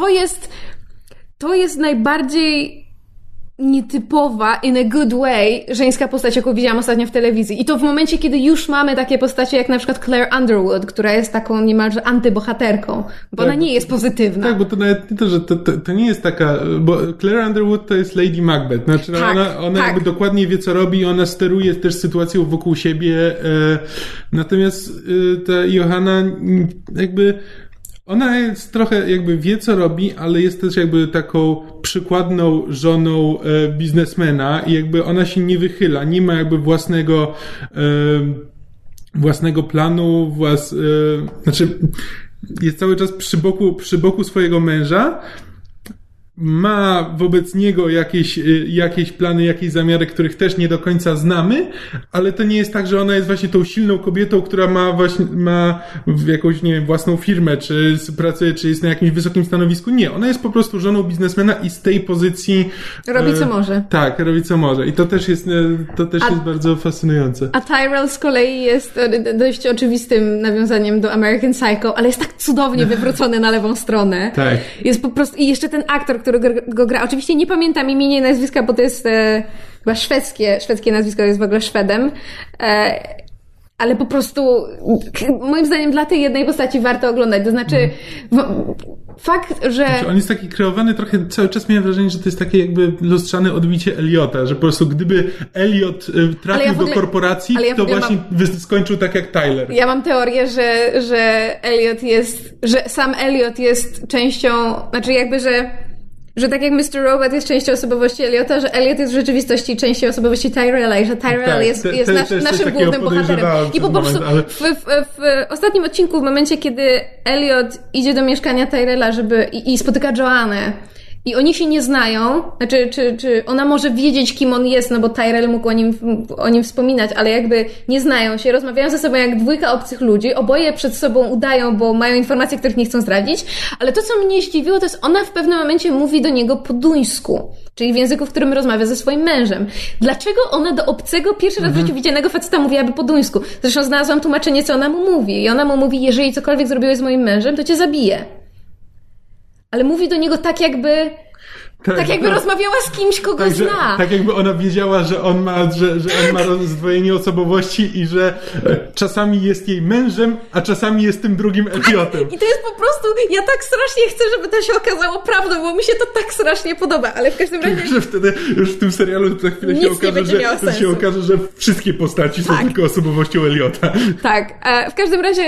Speaker 2: to jest najbardziej nietypowa, in a good way, żeńska postać, jaką widziałam ostatnio w telewizji. I to w momencie, kiedy już mamy takie postacie jak na przykład Claire Underwood, która jest taką niemalże antybohaterką, bo ona nie jest pozytywna.
Speaker 4: Tak, bo to nawet nie to, że to nie jest taka, bo Claire Underwood to jest Lady Macbeth. Znaczy, ona jakby dokładnie wie, co robi, ona steruje też sytuacją wokół siebie, natomiast ta Johanna jakby ona jest trochę jakby wie, co robi, ale jest też jakby taką przykładną żoną biznesmena i jakby ona się nie wychyla, nie ma jakby własnego planu, znaczy jest cały czas przy boku swojego męża, ma wobec niego jakieś plany, jakieś zamiary, których też nie do końca znamy, ale to nie jest tak, że ona jest właśnie tą silną kobietą, która ma jakąś, nie wiem, własną firmę, czy pracuje, czy jest na jakimś wysokim stanowisku. Nie, ona jest po prostu żoną biznesmena i z tej pozycji
Speaker 2: robi co może.
Speaker 4: Tak, robi co może. I to też jest bardzo fascynujące.
Speaker 2: A Tyrell z kolei jest dość oczywistym nawiązaniem do American Psycho, ale jest tak cudownie wywrócony na lewą stronę.
Speaker 4: Tak.
Speaker 2: Jest po prostu, i jeszcze ten aktor, który go gra. Oczywiście nie pamiętam imienia i nazwiska, bo to jest chyba szwedzkie nazwisko, jest w ogóle Szwedem. Ale po prostu moim zdaniem dla tej jednej postaci warto oglądać. To znaczy fakt, że...
Speaker 4: Znaczy, on jest taki kreowany trochę, cały czas miałem wrażenie, że to jest takie jakby lustrzane odbicie Eliota, że po prostu gdyby Eliot trafił do korporacji, to właśnie skończył tak jak Tyler.
Speaker 2: Ja mam teorię, że Elliot jest, że sam Elliot jest częścią, znaczy jakby, że tak jak Mr. Robot jest częścią osobowości Eliota, że Elliot jest w rzeczywistości częścią osobowości Tyrella i że Tyrell jest naszym głównym bohaterem. I po prostu w ostatnim odcinku, w momencie, kiedy Elliot idzie do mieszkania Tyrella, i spotyka Joannę i oni się nie znają, znaczy, czy ona może wiedzieć, kim on jest, no bo Tyrell mógł o nim wspominać, ale jakby nie znają się, rozmawiają ze sobą jak dwójka obcych ludzi, oboje przed sobą udają, bo mają informacje, których nie chcą zdradzić, ale to, co mnie zdziwiło, to jest ona w pewnym momencie mówi do niego po duńsku, czyli w języku, w którym rozmawia ze swoim mężem. Dlaczego ona do obcego, pierwszy raz w życiu widzianego faceta mówiłaby po duńsku? Zresztą znalazłam tłumaczenie, co ona mu mówi i ona mu mówi, jeżeli cokolwiek zrobiłeś z moim mężem, to cię zabiję. Ale mówi do niego tak jakby rozmawiała z kimś, kogo zna.
Speaker 4: Tak jakby ona wiedziała, że on ma rozdwojenie osobowości i że czasami jest jej mężem, a czasami jest tym drugim Elliotem.
Speaker 2: I to jest po prostu, ja tak strasznie chcę, żeby to się okazało prawdą, bo mi się to tak strasznie podoba, ale w każdym razie...
Speaker 4: Że wtedy już w tym serialu za chwilę się okaże, że wszystkie postaci są tylko osobowością Elliota.
Speaker 2: Tak, a w każdym razie,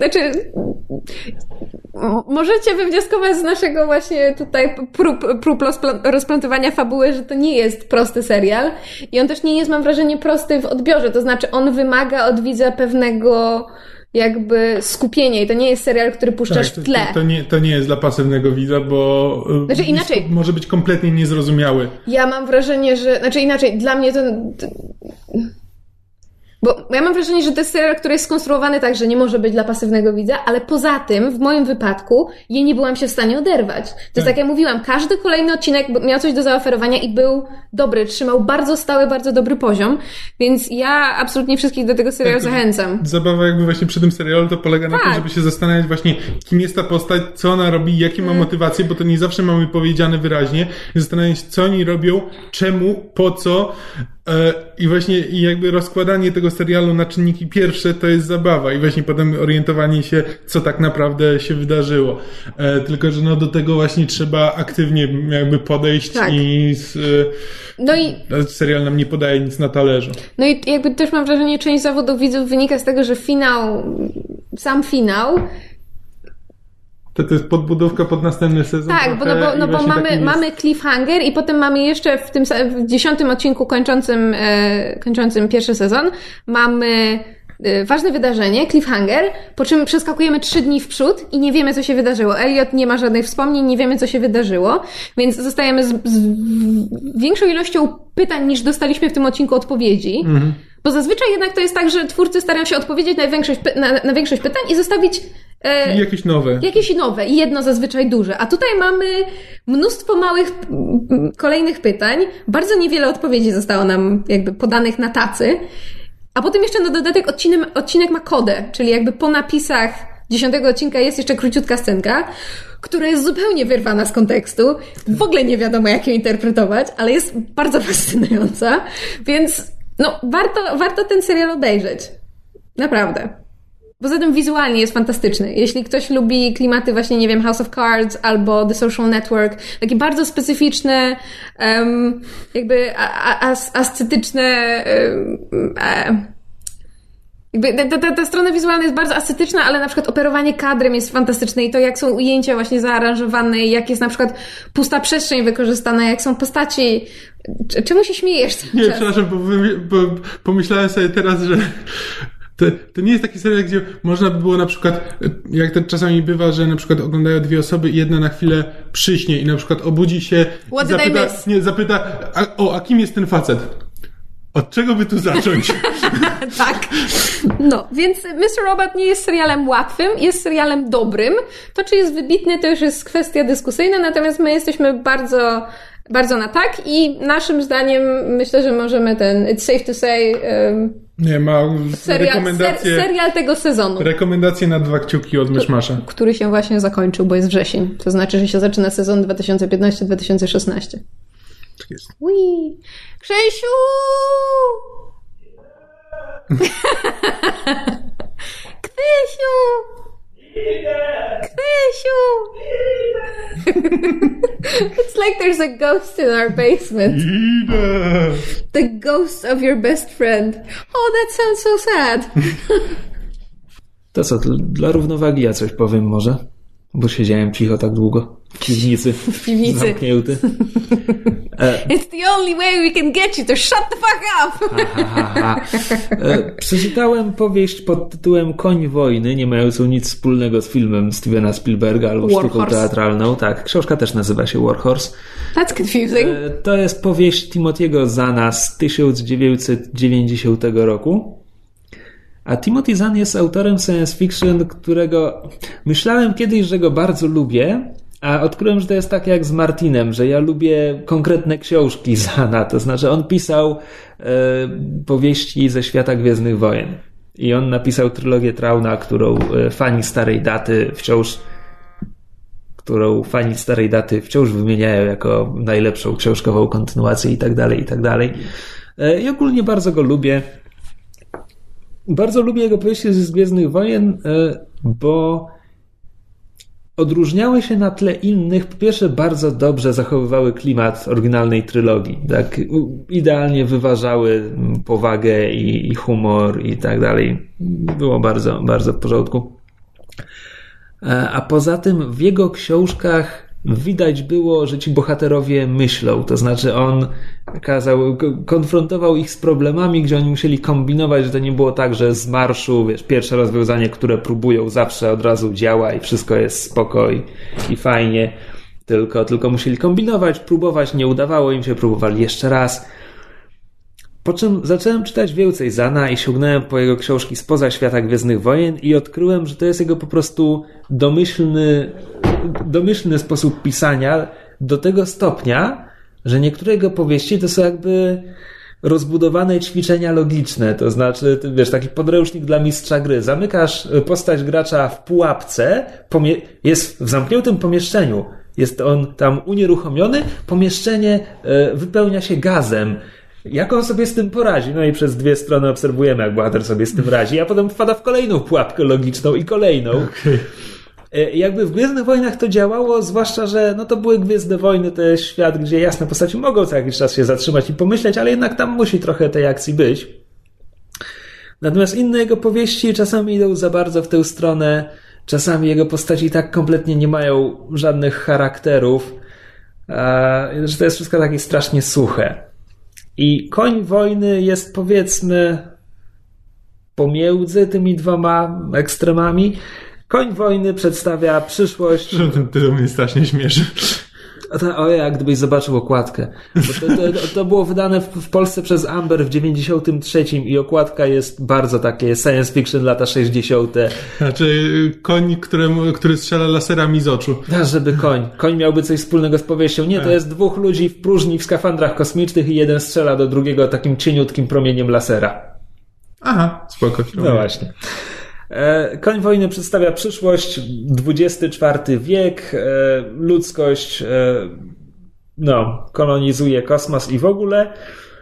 Speaker 2: możecie wywnioskować z naszego właśnie tutaj prób rozplątywania fabuły, że to nie jest prosty serial i on też nie jest, mam wrażenie, prosty w odbiorze, to znaczy on wymaga od widza pewnego jakby skupienia i to nie jest serial, który puszczasz w tle.
Speaker 4: To nie jest dla pasywnego widza, bo
Speaker 2: inaczej,
Speaker 4: może być kompletnie niezrozumiały.
Speaker 2: Ja mam wrażenie, że inaczej, dla mnie to... Bo ja mam wrażenie, że to jest serial, który jest skonstruowany tak, że nie może być dla pasywnego widza, ale poza tym, w moim wypadku, ja nie byłam się w stanie oderwać. To jest tak jak mówiłam, każdy kolejny odcinek miał coś do zaoferowania i był dobry, trzymał bardzo stały, bardzo dobry poziom, więc ja absolutnie wszystkich do tego serialu zachęcam.
Speaker 4: Zabawa jakby właśnie przy tym serialu to polega na tym, żeby się zastanawiać właśnie, kim jest ta postać, co ona robi, jakie ma motywacje, bo to nie zawsze mamy powiedziane wyraźnie, i zastanawiać się, co oni robią, czemu, po co. I właśnie jakby rozkładanie tego serialu na czynniki pierwsze to jest zabawa i właśnie potem orientowanie się, co tak naprawdę się wydarzyło. Tylko, że do tego właśnie trzeba aktywnie jakby podejść i serial nam nie podaje nic na talerzu.
Speaker 2: No i jakby też mam wrażenie, część zawodów widzów wynika z tego, że sam finał
Speaker 4: to jest podbudówka pod następny sezon.
Speaker 2: Tak, bo mamy cliffhanger i potem mamy jeszcze w 10. odcinku kończącym pierwszy sezon mamy ważne wydarzenie, cliffhanger, po czym przeskakujemy 3 dni w przód i nie wiemy, co się wydarzyło. Elliot nie ma żadnych wspomnień, nie wiemy, co się wydarzyło, więc zostajemy z większą ilością pytań, niż dostaliśmy w tym odcinku odpowiedzi. Bo zazwyczaj jednak to jest tak, że twórcy starają się odpowiedzieć na większość pytań i zostawić jakieś nowe i jedno zazwyczaj duże. A tutaj mamy mnóstwo małych kolejnych pytań. Bardzo niewiele odpowiedzi zostało nam jakby podanych na tacy. A potem jeszcze na dodatek odcinek ma kodę, czyli jakby po napisach 10. odcinka jest jeszcze króciutka scenka, która jest zupełnie wyrwana z kontekstu. W ogóle nie wiadomo, jak ją interpretować, ale jest bardzo fascynująca. Więc warto ten serial obejrzeć. Naprawdę. Poza tym wizualnie jest fantastyczny. Jeśli ktoś lubi klimaty właśnie, nie wiem, House of Cards albo The Social Network, takie bardzo specyficzne, jakby ascetyczne, jakby ta strona wizualna jest bardzo ascetyczna, ale na przykład operowanie kadrem jest fantastyczne i to, jak są ujęcia właśnie zaaranżowane i jak jest na przykład pusta przestrzeń wykorzystana, jak są postaci. Czemu się śmiejesz cały czas?
Speaker 4: Nie, przepraszam, bo pomyślałem sobie teraz, że to nie jest taki serial, gdzie można by było na przykład, jak to czasami bywa, że na przykład oglądają 2 osoby i jedna na chwilę przyśnie i na przykład obudzi się i zapyta, a kim jest ten facet? Od czego by tu zacząć?
Speaker 2: Tak. Więc Mr. Robot nie jest serialem łatwym, jest serialem dobrym. To, czy jest wybitny, to już jest kwestia dyskusyjna, natomiast my jesteśmy bardzo, bardzo na tak i naszym zdaniem myślę, że możemy It's safe to say...
Speaker 4: Nie, ma
Speaker 2: serial tego sezonu.
Speaker 4: Rekomendacje na 2 kciuki od Myszmasza.
Speaker 2: Który się właśnie zakończył, bo jest wrzesień. To znaczy, że się zaczyna sezon 2015-2016.
Speaker 4: Tak jest.
Speaker 2: Ui. Krzysiu! Krzysiu! Krzysiu! It's like there's a ghost in our basement. The ghost of your best friend. Oh, that sounds so sad.
Speaker 3: To co, dla równowagi ja coś powiem może? Bo siedziałem cicho tak długo. W piwnicy. Zamknięty.
Speaker 2: It's the only way we can get you to shut the fuck up!
Speaker 3: Przeczytałem powieść pod tytułem Koń wojny, nie mającą nic wspólnego z filmem Stevena Spielberga albo sztuką teatralną. Tak, książka też nazywa się War Horse.
Speaker 2: That's confusing.
Speaker 3: To jest powieść Timothy'ego Zahna z 1990 roku. A Timothy Zahn jest autorem science fiction, którego myślałem kiedyś, że go bardzo lubię, a odkryłem, że to jest tak jak z Martinem, że ja lubię konkretne książki Zahna. To znaczy on pisał powieści ze świata Gwiezdnych Wojen. I on napisał trylogię Trauna, którą fani starej daty wciąż wymieniają jako najlepszą książkową kontynuację i tak dalej, i tak dalej. I ogólnie bardzo go lubię. Bardzo lubię jego powieści z Gwiezdnych Wojen, bo odróżniały się na tle innych. Po pierwsze, bardzo dobrze zachowywały klimat oryginalnej trylogii. Tak, idealnie wyważały powagę i humor i tak dalej. Było bardzo, bardzo w porządku. A poza tym w jego książkach widać było, że ci bohaterowie myślą. To znaczy on konfrontował ich z problemami, gdzie oni musieli kombinować, że to nie było tak, że z marszu, pierwsze rozwiązanie, które próbują, zawsze od razu działa i wszystko jest spoko i fajnie. Tylko musieli kombinować, próbować, nie udawało im się, próbowali jeszcze raz. Po czym zacząłem czytać więcej Zahna i sięgnąłem po jego książki spoza świata Gwiezdnych Wojen i odkryłem, że to jest jego po prostu domyślny sposób pisania do tego stopnia, że niektóre jego powieści to są jakby rozbudowane ćwiczenia logiczne. To znaczy, taki podręcznik dla mistrza gry. Zamykasz postać gracza w pułapce, jest w zamkniętym pomieszczeniu. Jest on tam unieruchomiony, pomieszczenie wypełnia się gazem. Jak on sobie z tym poradzi? No i przez 2 strony obserwujemy, jak bohater sobie z tym radzi, a potem wpada w kolejną pułapkę logiczną i kolejną. Okay. Jakby w Gwiezdnych Wojnach to działało, zwłaszcza, że to były Gwiezdne Wojny, to jest świat, gdzie jasne postaci mogą co jakiś czas się zatrzymać i pomyśleć, ale jednak tam musi trochę tej akcji być. Natomiast inne jego powieści czasami idą za bardzo w tę stronę, czasami jego postaci tak kompletnie nie mają żadnych charakterów, że to jest wszystko takie strasznie suche. I Koń wojny jest, powiedzmy, pomiędzy tymi 2 ekstremami. Koń wojny przedstawia przyszłość...
Speaker 4: Ten tytuł mnie strasznie śmieszy.
Speaker 3: Ojej, gdybyś zobaczył okładkę. Bo to było wydane w Polsce przez Amber w 93 i okładka jest bardzo takie science fiction lata 60.
Speaker 4: Znaczy koń, który strzela laserami z oczu.
Speaker 3: Żeby koń miałby coś wspólnego z powieścią. Nie, to jest 2 ludzi w próżni w skafandrach kosmicznych i jeden strzela do drugiego takim cieniutkim promieniem lasera.
Speaker 4: Aha, spoko.
Speaker 3: No właśnie. Koń wojny przedstawia przyszłość, XXIV wiek, ludzkość kolonizuje kosmos i w ogóle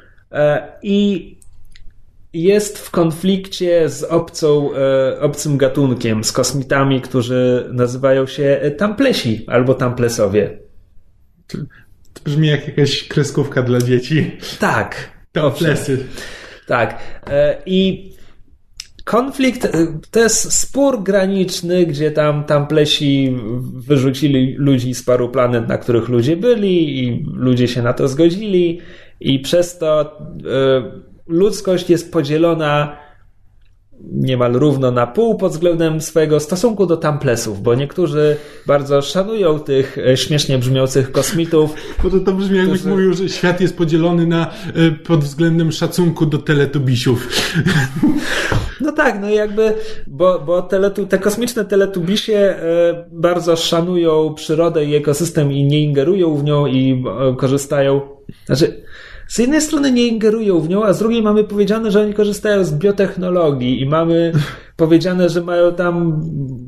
Speaker 3: i jest w konflikcie z obcym gatunkiem, z kosmitami, którzy nazywają się Tamplesi albo Tamplesowie.
Speaker 4: To brzmi jak jakaś kreskówka dla dzieci.
Speaker 3: Tak.
Speaker 4: Tamplesy.
Speaker 3: Tak. I konflikt to jest spór graniczny, gdzie Tamplesi wyrzucili ludzi z paru planet, na których ludzie byli i ludzie się na to zgodzili i przez to ludzkość jest podzielona niemal równo na pół pod względem swojego stosunku do Tamplesów, bo niektórzy bardzo szanują tych śmiesznie brzmiących kosmitów.
Speaker 4: Bo to brzmi jakbyś mówił, że świat jest podzielony pod względem szacunku do teletubisiów.
Speaker 3: No tak, bo te kosmiczne teletubisie bardzo szanują przyrodę i ekosystem i nie ingerują w nią i korzystają. Z jednej strony nie ingerują w nią, a z drugiej mamy powiedziane, że oni korzystają z biotechnologii i mamy powiedziane, że mają tam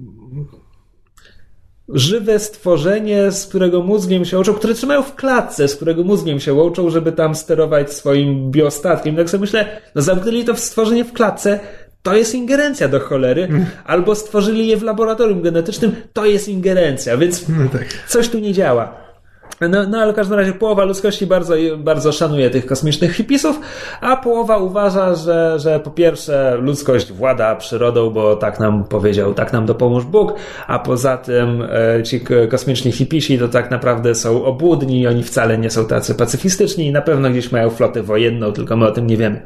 Speaker 3: żywe stworzenie, z którego mózgiem się łączą, które trzymają w klatce, z którego mózgiem się łączą, żeby tam sterować swoim biostatkiem. Tak sobie myślę, zamknęli to stworzenie w klatce, to jest ingerencja do cholery, albo stworzyli je w laboratorium genetycznym, to jest ingerencja, więc coś tu nie działa. No ale w każdym razie połowa ludzkości bardzo, bardzo szanuje tych kosmicznych hipisów, a połowa uważa, że po pierwsze ludzkość włada przyrodą, bo tak nam powiedział, tak nam dopomóż Bóg, a poza tym ci kosmiczni hipisi to tak naprawdę są obłudni i oni wcale nie są tacy pacyfistyczni i na pewno gdzieś mają flotę wojenną, tylko my o tym nie wiemy.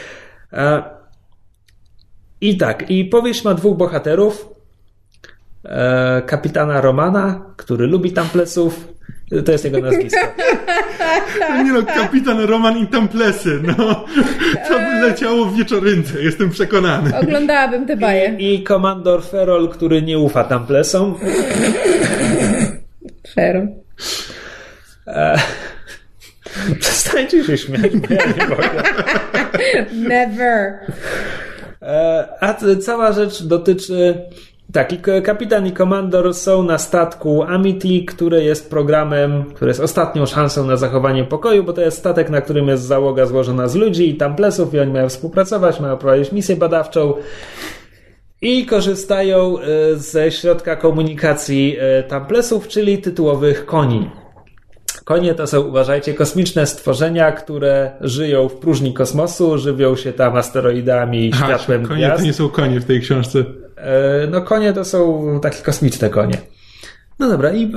Speaker 3: I tak, i powieść ma dwóch bohaterów. Kapitana Romana, który lubi Tamplesów. To jest jego nazwisko.
Speaker 4: Nie no, kapitan Roman i Tamplesy, no. To by leciało w wieczorynce, jestem przekonany.
Speaker 2: Oglądałabym te baje.
Speaker 3: I komandor Ferrol, który nie ufa Tamplesom.
Speaker 2: Ferrol.
Speaker 3: Przestańcie się śmiać, bo ja nie mogę.
Speaker 2: Never.
Speaker 3: A cała rzecz dotyczy... Tak, i kapitan i komandor są na statku Amity, który jest programem, który jest ostatnią szansą na zachowanie pokoju, bo to jest statek, na którym jest załoga złożona z ludzi i Tamplesów i oni mają współpracować, mają prowadzić misję badawczą i korzystają ze środka komunikacji Tamplesów, czyli tytułowych koni. Konie to są, uważajcie, kosmiczne stworzenia, które żyją w próżni kosmosu, żywią się tam asteroidami, światłem
Speaker 4: konie
Speaker 3: gwiazd.
Speaker 4: To nie są konie w tej książce.
Speaker 3: No konie to są takie kosmiczne konie. No dobra, i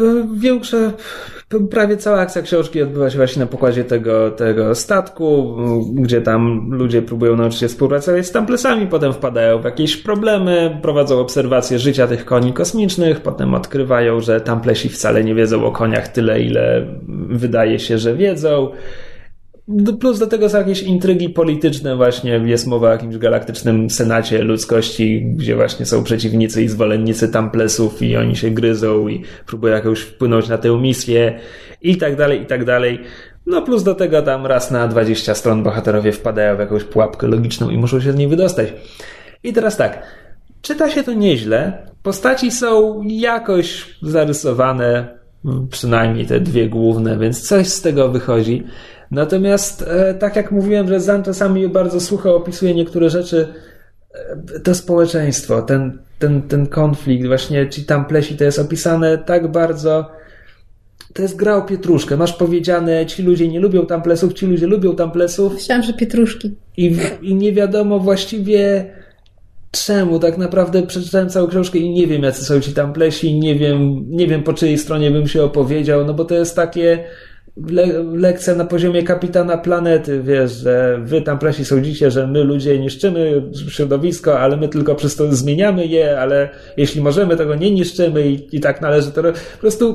Speaker 3: prawie cała akcja książki odbywa się właśnie na pokładzie tego statku, gdzie tam ludzie próbują nauczyć się współpracować z Tamplesami, potem wpadają w jakieś problemy, prowadzą obserwacje życia tych koni kosmicznych, potem odkrywają, że Tamplesi wcale nie wiedzą o koniach tyle, ile wydaje się, że wiedzą. Plus do tego są jakieś intrygi polityczne, właśnie jest mowa o jakimś galaktycznym senacie ludzkości, gdzie właśnie są przeciwnicy i zwolennicy Tamplesów i oni się gryzą i próbują jakoś wpłynąć na tę misję i tak dalej, i tak dalej. No plus do tego tam raz na 20 stron bohaterowie wpadają w jakąś pułapkę logiczną i muszą się z niej wydostać. I teraz tak, czyta się to nieźle, postaci są jakoś zarysowane, przynajmniej te dwie główne, więc coś z tego wychodzi. Natomiast, tak jak mówiłem, że Zan czasami bardzo sucho opisuje niektóre rzeczy, to społeczeństwo, ten konflikt, właśnie ci Tamplesi, to jest opisane tak bardzo, to jest gra o pietruszkę. Masz powiedziane, ci ludzie nie lubią Tamplesów, ci ludzie lubią Tamplesów.
Speaker 2: Myślałam, że pietruszki.
Speaker 3: I nie wiadomo właściwie czemu. Tak naprawdę przeczytałem całą książkę i nie wiem, jacy są ci Tamplesi, nie wiem po czyjej stronie bym się opowiedział, no bo to jest takie... lekcja na poziomie kapitana planety, wiesz, że wy Tamplesi sądzicie, że my ludzie niszczymy środowisko, ale my tylko przez to zmieniamy je, ale jeśli możemy, to go nie niszczymy i tak należy to... Po prostu...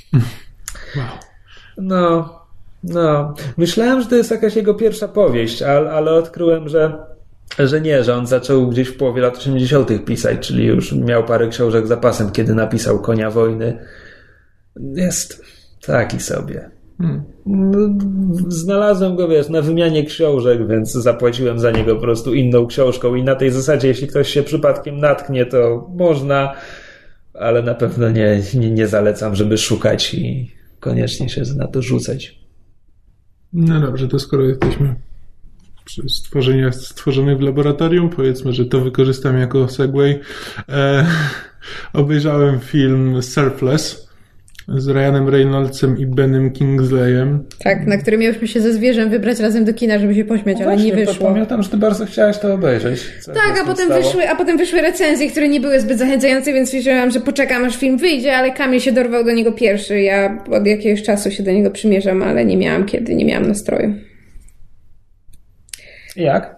Speaker 3: No. Myślałem, że to jest jakaś jego pierwsza powieść, ale odkryłem, że nie, że on zaczął gdzieś w połowie lat 80. pisać, czyli już miał parę książek zapasem, kiedy napisał Konia Wojny. Jest taki sobie. Znalazłem go, wiesz, na wymianie książek, więc zapłaciłem za niego po prostu inną książką i na tej zasadzie, jeśli ktoś się przypadkiem natknie, to można, ale na pewno nie zalecam, żeby szukać i koniecznie się na to rzucać.
Speaker 4: No dobrze, to skoro jesteśmy przy stworzonych w laboratorium, powiedzmy, że to wykorzystam jako segway. Obejrzałem film Surfless z Ryanem Reynoldsem i Benem Kingsleyem.
Speaker 2: Tak, na którym mieliśmy się ze zwierzem wybrać razem do kina, żeby się pośmiać, ale nie wyszło.
Speaker 3: Pamiętam, że ty bardzo chciałaś to obejrzeć.
Speaker 2: Tak, a potem wyszły recenzje, które nie były zbyt zachęcające, więc wiedziałam, że poczekam, aż film wyjdzie, ale Kamil się dorwał do niego pierwszy. Ja od jakiegoś czasu się do niego przymierzam, ale nie miałam nastroju.
Speaker 3: Jak?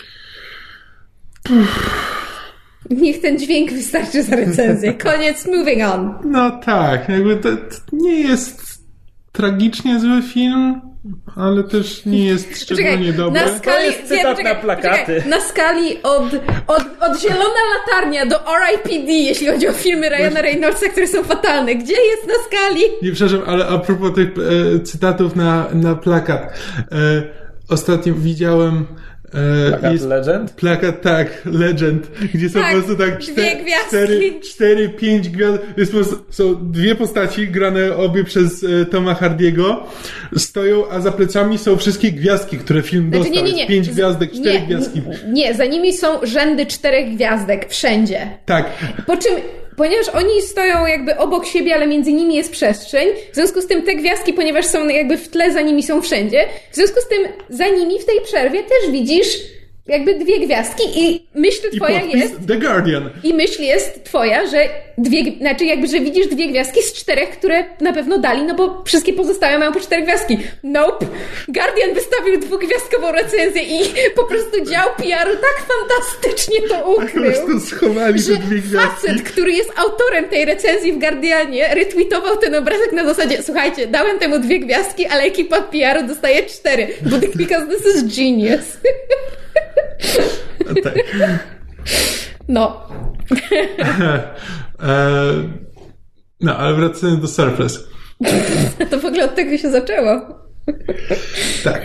Speaker 2: Niech ten dźwięk wystarczy za recenzję. Koniec, moving on.
Speaker 4: No tak, jakby to nie jest tragicznie zły film, ale też nie jest szczególnie dobry.
Speaker 3: To jest cytat na plakaty.
Speaker 2: Na skali od Zielona Latarnia do R.I.P.D., jeśli chodzi o filmy Ryana Reynoldsa, które są fatalne. Gdzie jest na skali?
Speaker 4: Nie, przepraszam, ale a propos tych cytatów na plakat. Ostatnio widziałem...
Speaker 3: Plakat Legend?
Speaker 4: Plakat, tak, Legend, gdzie są po prostu tak 4-5 gwiazd. Są dwie postaci grane obie przez Toma Hardiego, stoją, a za plecami są wszystkie gwiazdki, które film dostał.
Speaker 2: Nie.
Speaker 4: 5 gwiazdek, 4 gwiazdki.
Speaker 2: Nie, za nimi są rzędy 4 gwiazdek wszędzie.
Speaker 4: Tak.
Speaker 2: Po czym ponieważ oni stoją jakby obok siebie, ale między nimi jest przestrzeń, w związku z tym te gwiazdki, ponieważ są jakby w tle, za nimi są wszędzie, w związku z tym za nimi w tej przerwie też widzisz jakby 2 gwiazdki i myśl twoja jest...
Speaker 4: The Guardian.
Speaker 2: I myśl jest twoja, że że widzisz 2 gwiazdki z 4, które na pewno dali, no bo wszystkie pozostałe mają po 4 gwiazdki. Nope. Guardian wystawił 2-gwiazdkową recenzję i po prostu dział PR-u tak fantastycznie to ukrył,
Speaker 4: po prostu schowali te 2 gwiazdki.
Speaker 2: Facet, który jest autorem tej recenzji w Guardianie, retweetował ten obrazek na zasadzie, słuchajcie, dałem temu 2 gwiazdki, ale ekipa PR-u dostaje 4, because this is genius.
Speaker 4: Tak.
Speaker 2: No.
Speaker 4: No, ale wracając do Surface.
Speaker 2: To w ogóle od tego się zaczęło.
Speaker 4: Tak.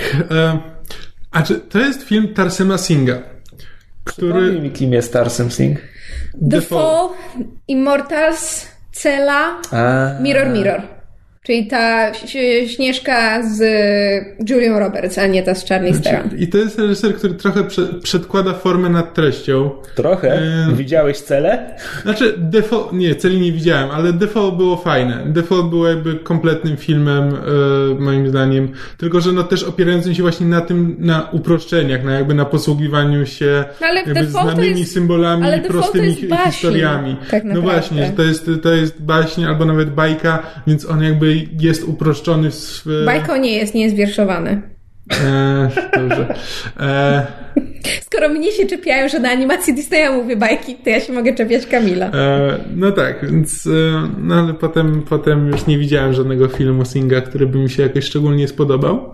Speaker 4: A czy to jest film Tarsema Singha, który...
Speaker 3: Przypomnij mi, kim jest Tarsem Singh?
Speaker 2: The Fall, Immortals, Cela, Mirror Mirror. Czyli ta Śnieżka z Julią Roberts, a nie ta z Charlize Theron.
Speaker 4: I to jest reżyser, który trochę przedkłada formę nad treścią.
Speaker 3: Trochę? Widziałeś Celę?
Speaker 4: Znaczy, Celi nie widziałem, ale The Fall było fajne. The Fall było jakby kompletnym filmem, moim zdaniem. Tylko, że no też opierającym się właśnie na tym, na uproszczeniach, na posługiwaniu się jakby znanymi symbolami i prostymi historiami.
Speaker 2: Tak
Speaker 4: no właśnie, że to jest baśń albo nawet bajka, więc on jakby jest uproszczony
Speaker 2: Bajko nie jest wierszowany.
Speaker 4: Dobrze.
Speaker 2: Skoro mnie się czepiają, że na animacji Disneya mówię bajki, to ja się mogę czepiać Kamila.
Speaker 4: No tak, więc no ale potem już nie widziałem żadnego filmu Singha, który by mi się jakoś szczególnie spodobał.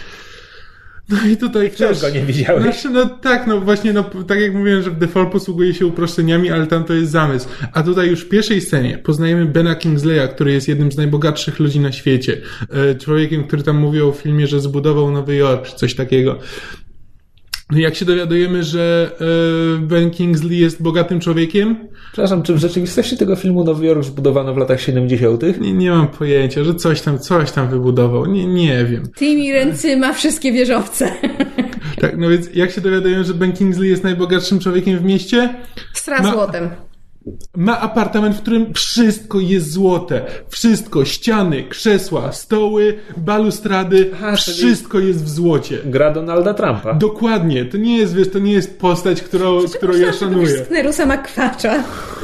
Speaker 4: No i tutaj
Speaker 3: wciąż go nie widziałeś.
Speaker 4: Znaczy, no tak, no właśnie, no tak jak mówiłem, że w The Fall posługuje się uproszczeniami, ale tam to jest zamysł. A tutaj już w pierwszej scenie poznajemy Bena Kingsleya, który jest jednym z najbogatszych ludzi na świecie. Człowiekiem, który tam mówił o filmie, że zbudował Nowy Jork, czy coś takiego. No i jak się dowiadujemy, że Ben Kingsley jest bogatym człowiekiem?
Speaker 3: Przepraszam, czy w rzeczywistości tego filmu Nowy Jork zbudowano w latach 70?
Speaker 4: Nie mam pojęcia, że coś tam wybudował. Nie wiem.
Speaker 2: Tymi ręcyma wszystkie wieżowce.
Speaker 4: Tak, no więc jak się dowiadujemy, że Ben Kingsley jest najbogatszym człowiekiem w mieście?
Speaker 2: Sra złotem.
Speaker 4: Ma apartament, w którym wszystko jest złote. Wszystko, ściany, krzesła, stoły, balustrady, wszystko jest w złocie.
Speaker 3: Gra Donalda Trumpa.
Speaker 4: Dokładnie. To nie jest, to nie jest postać, którą ja szanuję.
Speaker 2: To Sknerusa McQuatcha.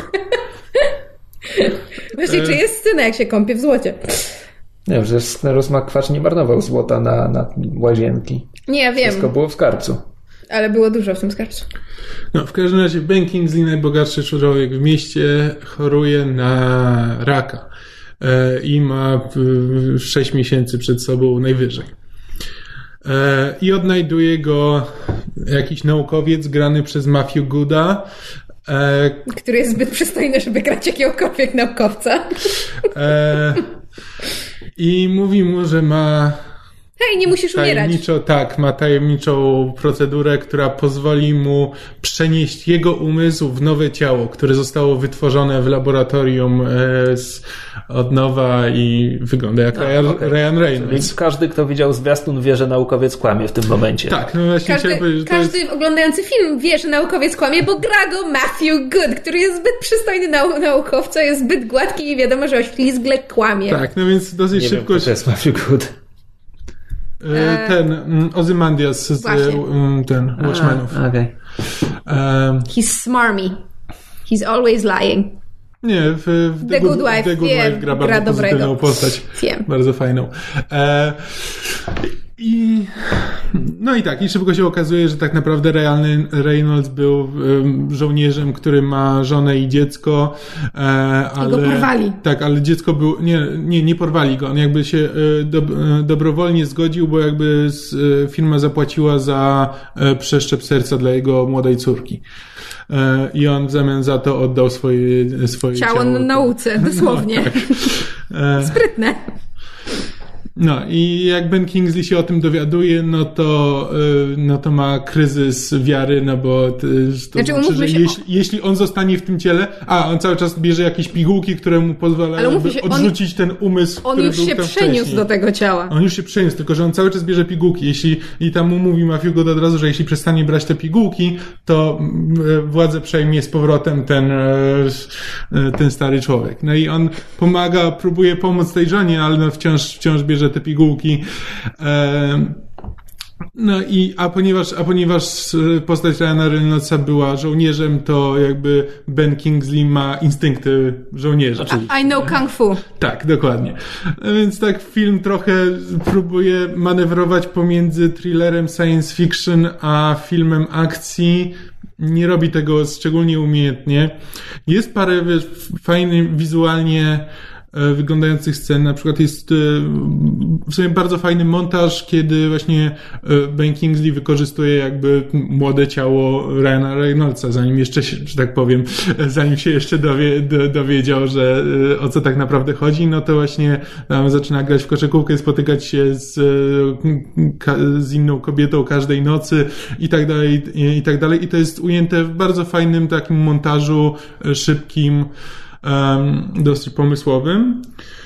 Speaker 2: Właśnie, czy jest scena, jak się kąpie w złocie?
Speaker 3: Nie wiem, że Sknerus McQuatch nie marnował złota na łazienki.
Speaker 2: Nie, ja wiem.
Speaker 3: Wszystko było w skarbcu.
Speaker 2: Ale było dużo w tym skarbcu.
Speaker 4: No, w każdym razie Ben Kingsley, najbogatszy człowiek w mieście, choruje na raka i ma 6 miesięcy przed sobą najwyżej. I odnajduje go jakiś naukowiec grany przez Matthew Gooda,
Speaker 2: który jest zbyt przystojny, żeby grać jakiegokolwiek naukowca.
Speaker 4: I mówi mu, że ma...
Speaker 2: Hej, nie musisz umierać.
Speaker 4: Ma tajemniczą procedurę, która pozwoli mu przenieść jego umysł w nowe ciało, które zostało wytworzone w laboratorium od nowa i wygląda jak Ryan Reynolds.
Speaker 3: Więc każdy, kto widział zwiastun, wie, że naukowiec kłamie w tym momencie.
Speaker 4: Tak, no właśnie.
Speaker 2: Każdy oglądający film wie, że naukowiec kłamie, bo gra go Matthew Good, który jest zbyt przystojny naukowca, jest zbyt gładki i wiadomo, że oślizgle kłamie.
Speaker 4: Tak, no więc dosyć
Speaker 3: nie
Speaker 4: szybko...
Speaker 3: Wiem, to jest Matthew Good.
Speaker 4: Ten Ozymandias z Watchmenów.
Speaker 3: Okay.
Speaker 2: He's smarmy. He's always lying.
Speaker 4: Nie, w The Good Wife gra bardzo pozytywną postać.
Speaker 2: Wiem.
Speaker 4: Bardzo fajną. No i tak, i szybko się okazuje, że tak naprawdę realny Reynolds był żołnierzem, który ma żonę i dziecko, ale...
Speaker 2: I go porwali.
Speaker 4: Tak, ale dziecko było... Nie porwali go. On jakby się dobrowolnie zgodził, bo jakby firma zapłaciła za przeszczep serca dla jego młodej córki. I on w zamian za to oddał swoje ciało
Speaker 2: nauce, dosłownie.
Speaker 4: No, tak.
Speaker 2: Sprytne.
Speaker 4: No i jak Ben Kingsley się o tym dowiaduje, no to ma kryzys wiary, no bo to znaczy, że jeśli on zostanie w tym ciele, on cały czas bierze jakieś pigułki, które mu pozwalają odrzucić ten umysł, który był tam wcześniej.
Speaker 2: On już się przeniósł do tego ciała.
Speaker 4: On już się przeniósł, tylko że on cały czas bierze pigułki. I tam mu mówi Matthew Goode od razu, że jeśli przestanie brać te pigułki, to władzę przejmie z powrotem ten stary człowiek. No i on próbuje pomóc tej żonie, ale no wciąż bierze te pigułki. No i ponieważ postać Ryana Reynoldsa była żołnierzem, to jakby Ben Kingsley ma instynkty żołnierza.
Speaker 2: I know kung fu.
Speaker 4: Tak, dokładnie. Więc tak film trochę próbuje manewrować pomiędzy thrillerem science fiction a filmem akcji. Nie robi tego szczególnie umiejętnie. Jest parę fajnych wizualnie wyglądających scen. Na przykład jest w sumie bardzo fajny montaż, kiedy właśnie Ben Kingsley wykorzystuje jakby młode ciało Ryana Reynoldsa, zanim jeszcze, że tak powiem, zanim się jeszcze dowiedział, że o co tak naprawdę chodzi, no to właśnie zaczyna grać w koszykówkę, spotykać się z inną kobietą każdej nocy i tak dalej, i tak dalej. I to jest ujęte w bardzo fajnym takim montażu, szybkim, dosyć pomysłowym,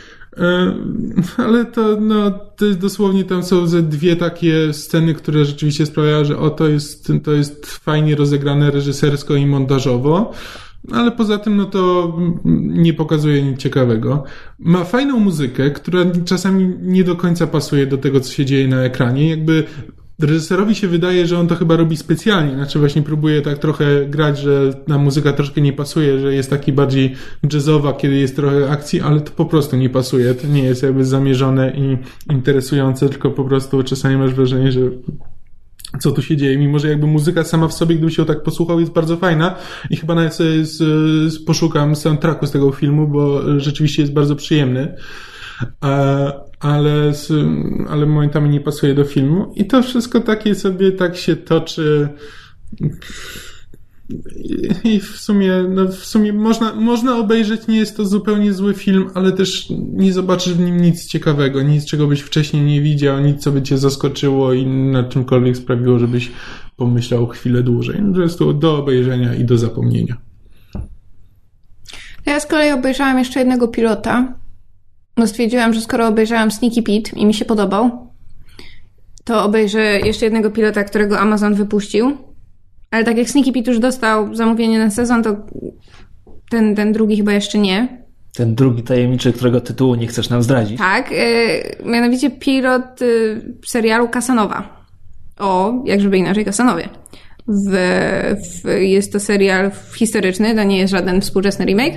Speaker 4: ale to jest dosłownie, tam są ze dwie takie sceny, które rzeczywiście sprawiają, że to jest fajnie rozegrane reżysersko i montażowo, ale poza tym no to nie pokazuje nic ciekawego. Ma fajną muzykę, która czasami nie do końca pasuje do tego, co się dzieje na ekranie, jakby reżyserowi się wydaje, że on to chyba robi specjalnie, znaczy właśnie próbuje tak trochę grać, że ta muzyka troszkę nie pasuje, że jest taki bardziej jazzowa, kiedy jest trochę akcji, ale to po prostu nie pasuje, to nie jest jakby zamierzone i interesujące, tylko po prostu czasami masz wrażenie, że co tu się dzieje, mimo że jakby muzyka sama w sobie, gdyby się tak posłuchał, jest bardzo fajna i chyba nawet sobie poszukam soundtracku z tego filmu, bo rzeczywiście jest bardzo przyjemny. Ale momentami nie pasuje do filmu i to wszystko takie sobie tak się toczy i w sumie można obejrzeć, nie jest to zupełnie zły film, ale też nie zobaczysz w nim nic ciekawego, nic czego byś wcześniej nie widział, nic co by cię zaskoczyło i na czymkolwiek sprawiło, żebyś pomyślał chwilę dłużej. To jest to do obejrzenia i do zapomnienia.
Speaker 2: Ja z kolei obejrzałam jeszcze jednego pilota. No stwierdziłam, że skoro obejrzałam Sneaky Pete i mi się podobał, to obejrzę jeszcze jednego pilota, którego Amazon wypuścił. Ale tak jak Sneaky Pete już dostał zamówienie na sezon, to ten drugi chyba jeszcze nie.
Speaker 5: Ten drugi tajemniczy, którego tytułu nie chcesz nam zdradzić.
Speaker 2: Tak, mianowicie pilot serialu Casanowa. Jak żeby inaczej, Casanowie. Jest to serial historyczny, to nie jest żaden współczesny remake.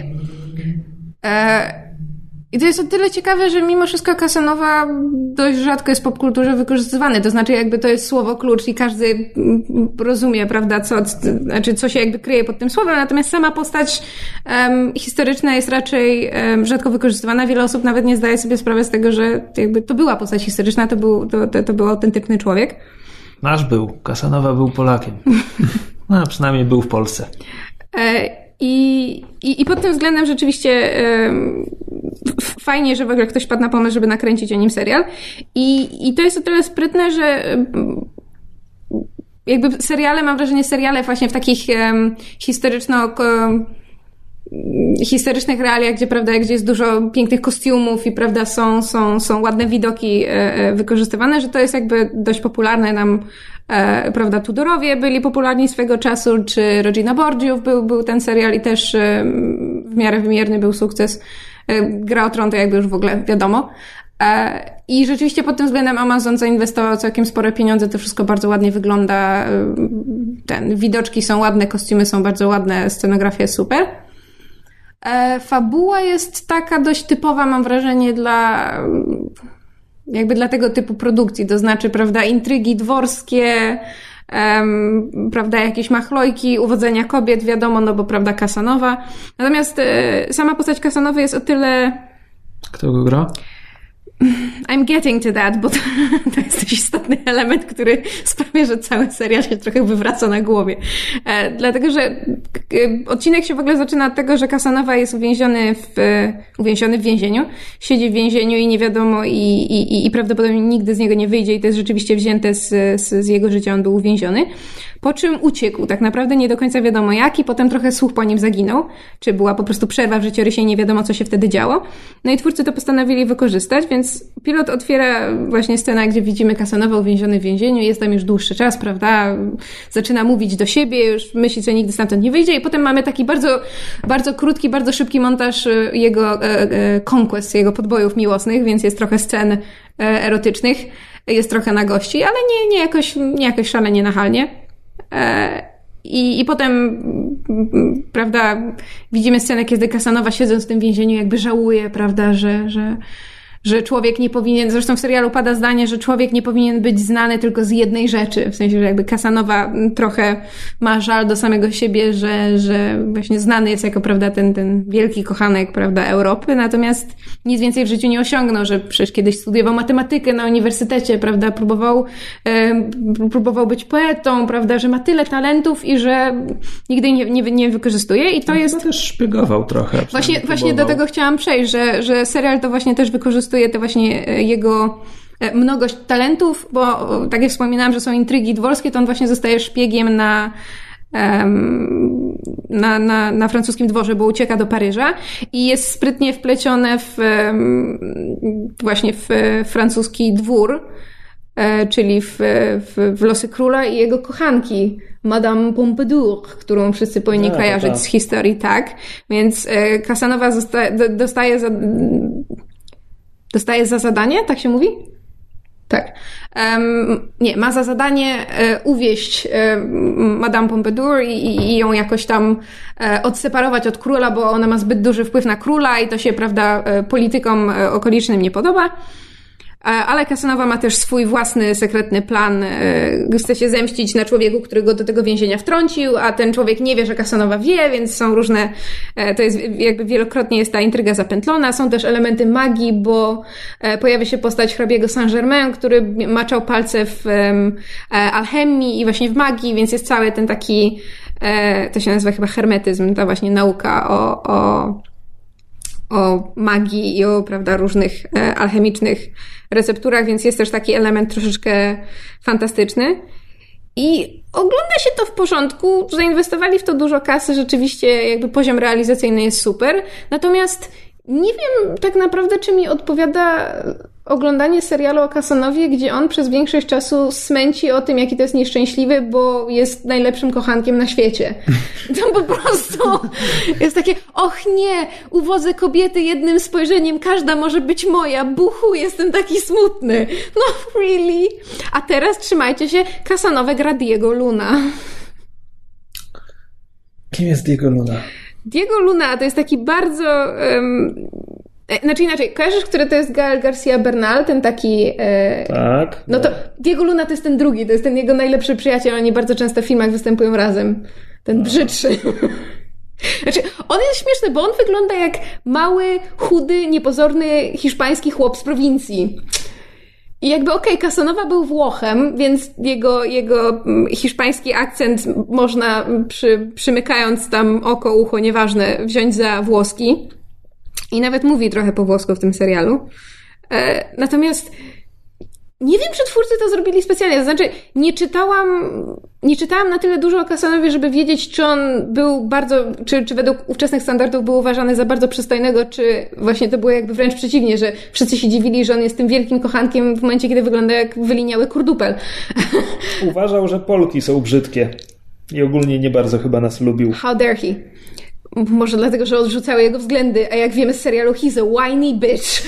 Speaker 2: I to jest o tyle ciekawe, że mimo wszystko Casanowa dość rzadko jest w popkulturze wykorzystywany. To znaczy jakby to jest słowo klucz i każdy rozumie, prawda, co się jakby kryje pod tym słowem. Natomiast sama postać historyczna jest raczej rzadko wykorzystywana. Wiele osób nawet nie zdaje sobie sprawy z tego, że jakby to była postać historyczna, to był autentyczny człowiek.
Speaker 5: Nasz był. Casanowa był Polakiem. No, przynajmniej był w Polsce.
Speaker 2: I pod tym względem rzeczywiście fajnie, że w ogóle ktoś padł na pomysł, żeby nakręcić o nim serial. I to jest o tyle sprytne, że jakby seriale, mam wrażenie, seriale właśnie w takich historycznych realiach, gdzie, prawda, gdzie jest dużo pięknych kostiumów i, prawda, są ładne widoki wykorzystywane, że to jest jakby dość popularne. Nam, prawda, Tudorowie byli popularni swego czasu, czy Rodzina Borgiów był ten serial i też w miarę wymierny był sukces. Gra o Tron to jakby już w ogóle wiadomo. I rzeczywiście pod tym względem Amazon zainwestował całkiem spore pieniądze, to wszystko bardzo ładnie wygląda. Widoczki są ładne, kostiumy są bardzo ładne, scenografia jest super. Fabuła jest taka dość typowa, mam wrażenie, dla tego typu produkcji, to znaczy, prawda, intrygi dworskie, prawda, jakieś machlojki, uwodzenia kobiet, wiadomo, no bo, prawda, Casanowa. Natomiast sama postać Casanowy jest o tyle...
Speaker 5: Kto go gra?
Speaker 2: I'm getting to that, bo to jest też istotny element, który sprawia, że cały serial się trochę wywraca na głowie. Dlatego, że odcinek się w ogóle zaczyna od tego, że Casanova jest uwięziony w więzieniu. Siedzi w więzieniu i nie wiadomo i prawdopodobnie nigdy z niego nie wyjdzie i to jest rzeczywiście wzięte z jego życia, on był uwięziony. Po czym uciekł, tak naprawdę nie do końca wiadomo jak i potem trochę słuch po nim zaginął, czy była po prostu przerwa w życiorysie i nie wiadomo co się wtedy działo. No i twórcy to postanowili wykorzystać, więc pilot otwiera właśnie scenę, gdzie widzimy Casanova uwięziony w więzieniu, jest tam już dłuższy czas, prawda, zaczyna mówić do siebie, już myśli, że nigdy stamtąd nie wyjdzie i potem mamy taki bardzo, bardzo krótki, bardzo szybki montaż jego conquest, jego podbojów miłosnych, więc jest trochę scen erotycznych, jest trochę nagości, ale nie jakoś szalenie nachalnie. I potem, prawda, widzimy scenę, kiedy Casanova siedząc w tym więzieniu jakby żałuje, prawda, że człowiek nie powinien, zresztą w serialu pada zdanie, że człowiek nie powinien być znany tylko z jednej rzeczy, w sensie, że jakby Casanova trochę ma żal do samego siebie, że właśnie znany jest jako, prawda, ten wielki kochanek, prawda, Europy, natomiast nic więcej w życiu nie osiągnął, że przecież kiedyś studiował matematykę na uniwersytecie, prawda, próbował być poetą, prawda, że ma tyle talentów i że nigdy nie wykorzystuje i to jest...
Speaker 3: też szpiegował trochę.
Speaker 2: Właśnie do tego chciałam przejść, że serial to właśnie też wykorzystuje te właśnie jego mnogość talentów, bo tak jak wspominałam, że są intrygi dworskie, to on właśnie zostaje szpiegiem na francuskim dworze, bo ucieka do Paryża i jest sprytnie wplecione właśnie w francuski dwór, czyli w losy króla i jego kochanki, Madame Pompadour, którą wszyscy powinni kojarzyć z historii, tak? Więc Casanova dostaje za zadanie, tak się mówi? Tak. Ma za zadanie uwieść Madame Pompadour i ją jakoś tam odseparować od króla, bo ona ma zbyt duży wpływ na króla i to się, prawda, politykom okolicznym nie podoba. Ale Casanova ma też swój własny, sekretny plan. Chce się zemścić na człowieku, który go do tego więzienia wtrącił, a ten człowiek nie wie, że Casanova wie, więc są różne... To jest jakby wielokrotnie jest ta intryga zapętlona. Są też elementy magii, bo pojawia się postać hrabiego Saint-Germain, który maczał palce w alchemii i właśnie w magii, więc jest cały ten taki... To się nazywa chyba hermetyzm, ta właśnie nauka o magii i o, prawda, różnych alchemicznych recepturach, więc jest też taki element troszeczkę fantastyczny. I ogląda się to w porządku, zainwestowali w to dużo kasy, rzeczywiście jakby poziom realizacyjny jest super, natomiast nie wiem tak naprawdę, czy mi odpowiada oglądanie serialu o Casanowie, gdzie on przez większość czasu smęci o tym, jaki to jest nieszczęśliwy, bo jest najlepszym kochankiem na świecie. To po prostu jest takie, och nie, uwodzę kobiety jednym spojrzeniem, każda może być moja, buchu, jestem taki smutny. No really? A teraz trzymajcie się, Casanova gra Diego Luna.
Speaker 3: Kim jest Diego Luna?
Speaker 2: Diego Luna to jest taki bardzo... Znaczy inaczej, kojarzysz, który to jest Gael Garcia Bernal, ten taki...
Speaker 3: Tak.
Speaker 2: No to Diego Luna to jest ten drugi, to jest ten jego najlepszy przyjaciel, oni bardzo często w filmach występują razem. Ten brzydszy. Znaczy, on jest śmieszny, bo on wygląda jak mały, chudy, niepozorny hiszpański chłop z prowincji. I jakby Casanova był Włochem, więc jego hiszpański akcent można przymykając tam oko, ucho, nieważne, wziąć za włoski. I nawet mówi trochę po włosku w tym serialu. Natomiast nie wiem, czy twórcy to zrobili specjalnie. To znaczy, nie czytałam na tyle dużo o Casanowie, żeby wiedzieć, czy on był bardzo, czy według ówczesnych standardów był uważany za bardzo przystojnego, czy właśnie to było jakby wręcz przeciwnie, że wszyscy się dziwili, że on jest tym wielkim kochankiem w momencie, kiedy wygląda jak wyliniały kurdupel.
Speaker 3: Uważał, że Polki są brzydkie. I ogólnie nie bardzo chyba nas lubił.
Speaker 2: How dare he? Może dlatego, że odrzucały jego względy, a jak wiemy z serialu, he's a whiny bitch.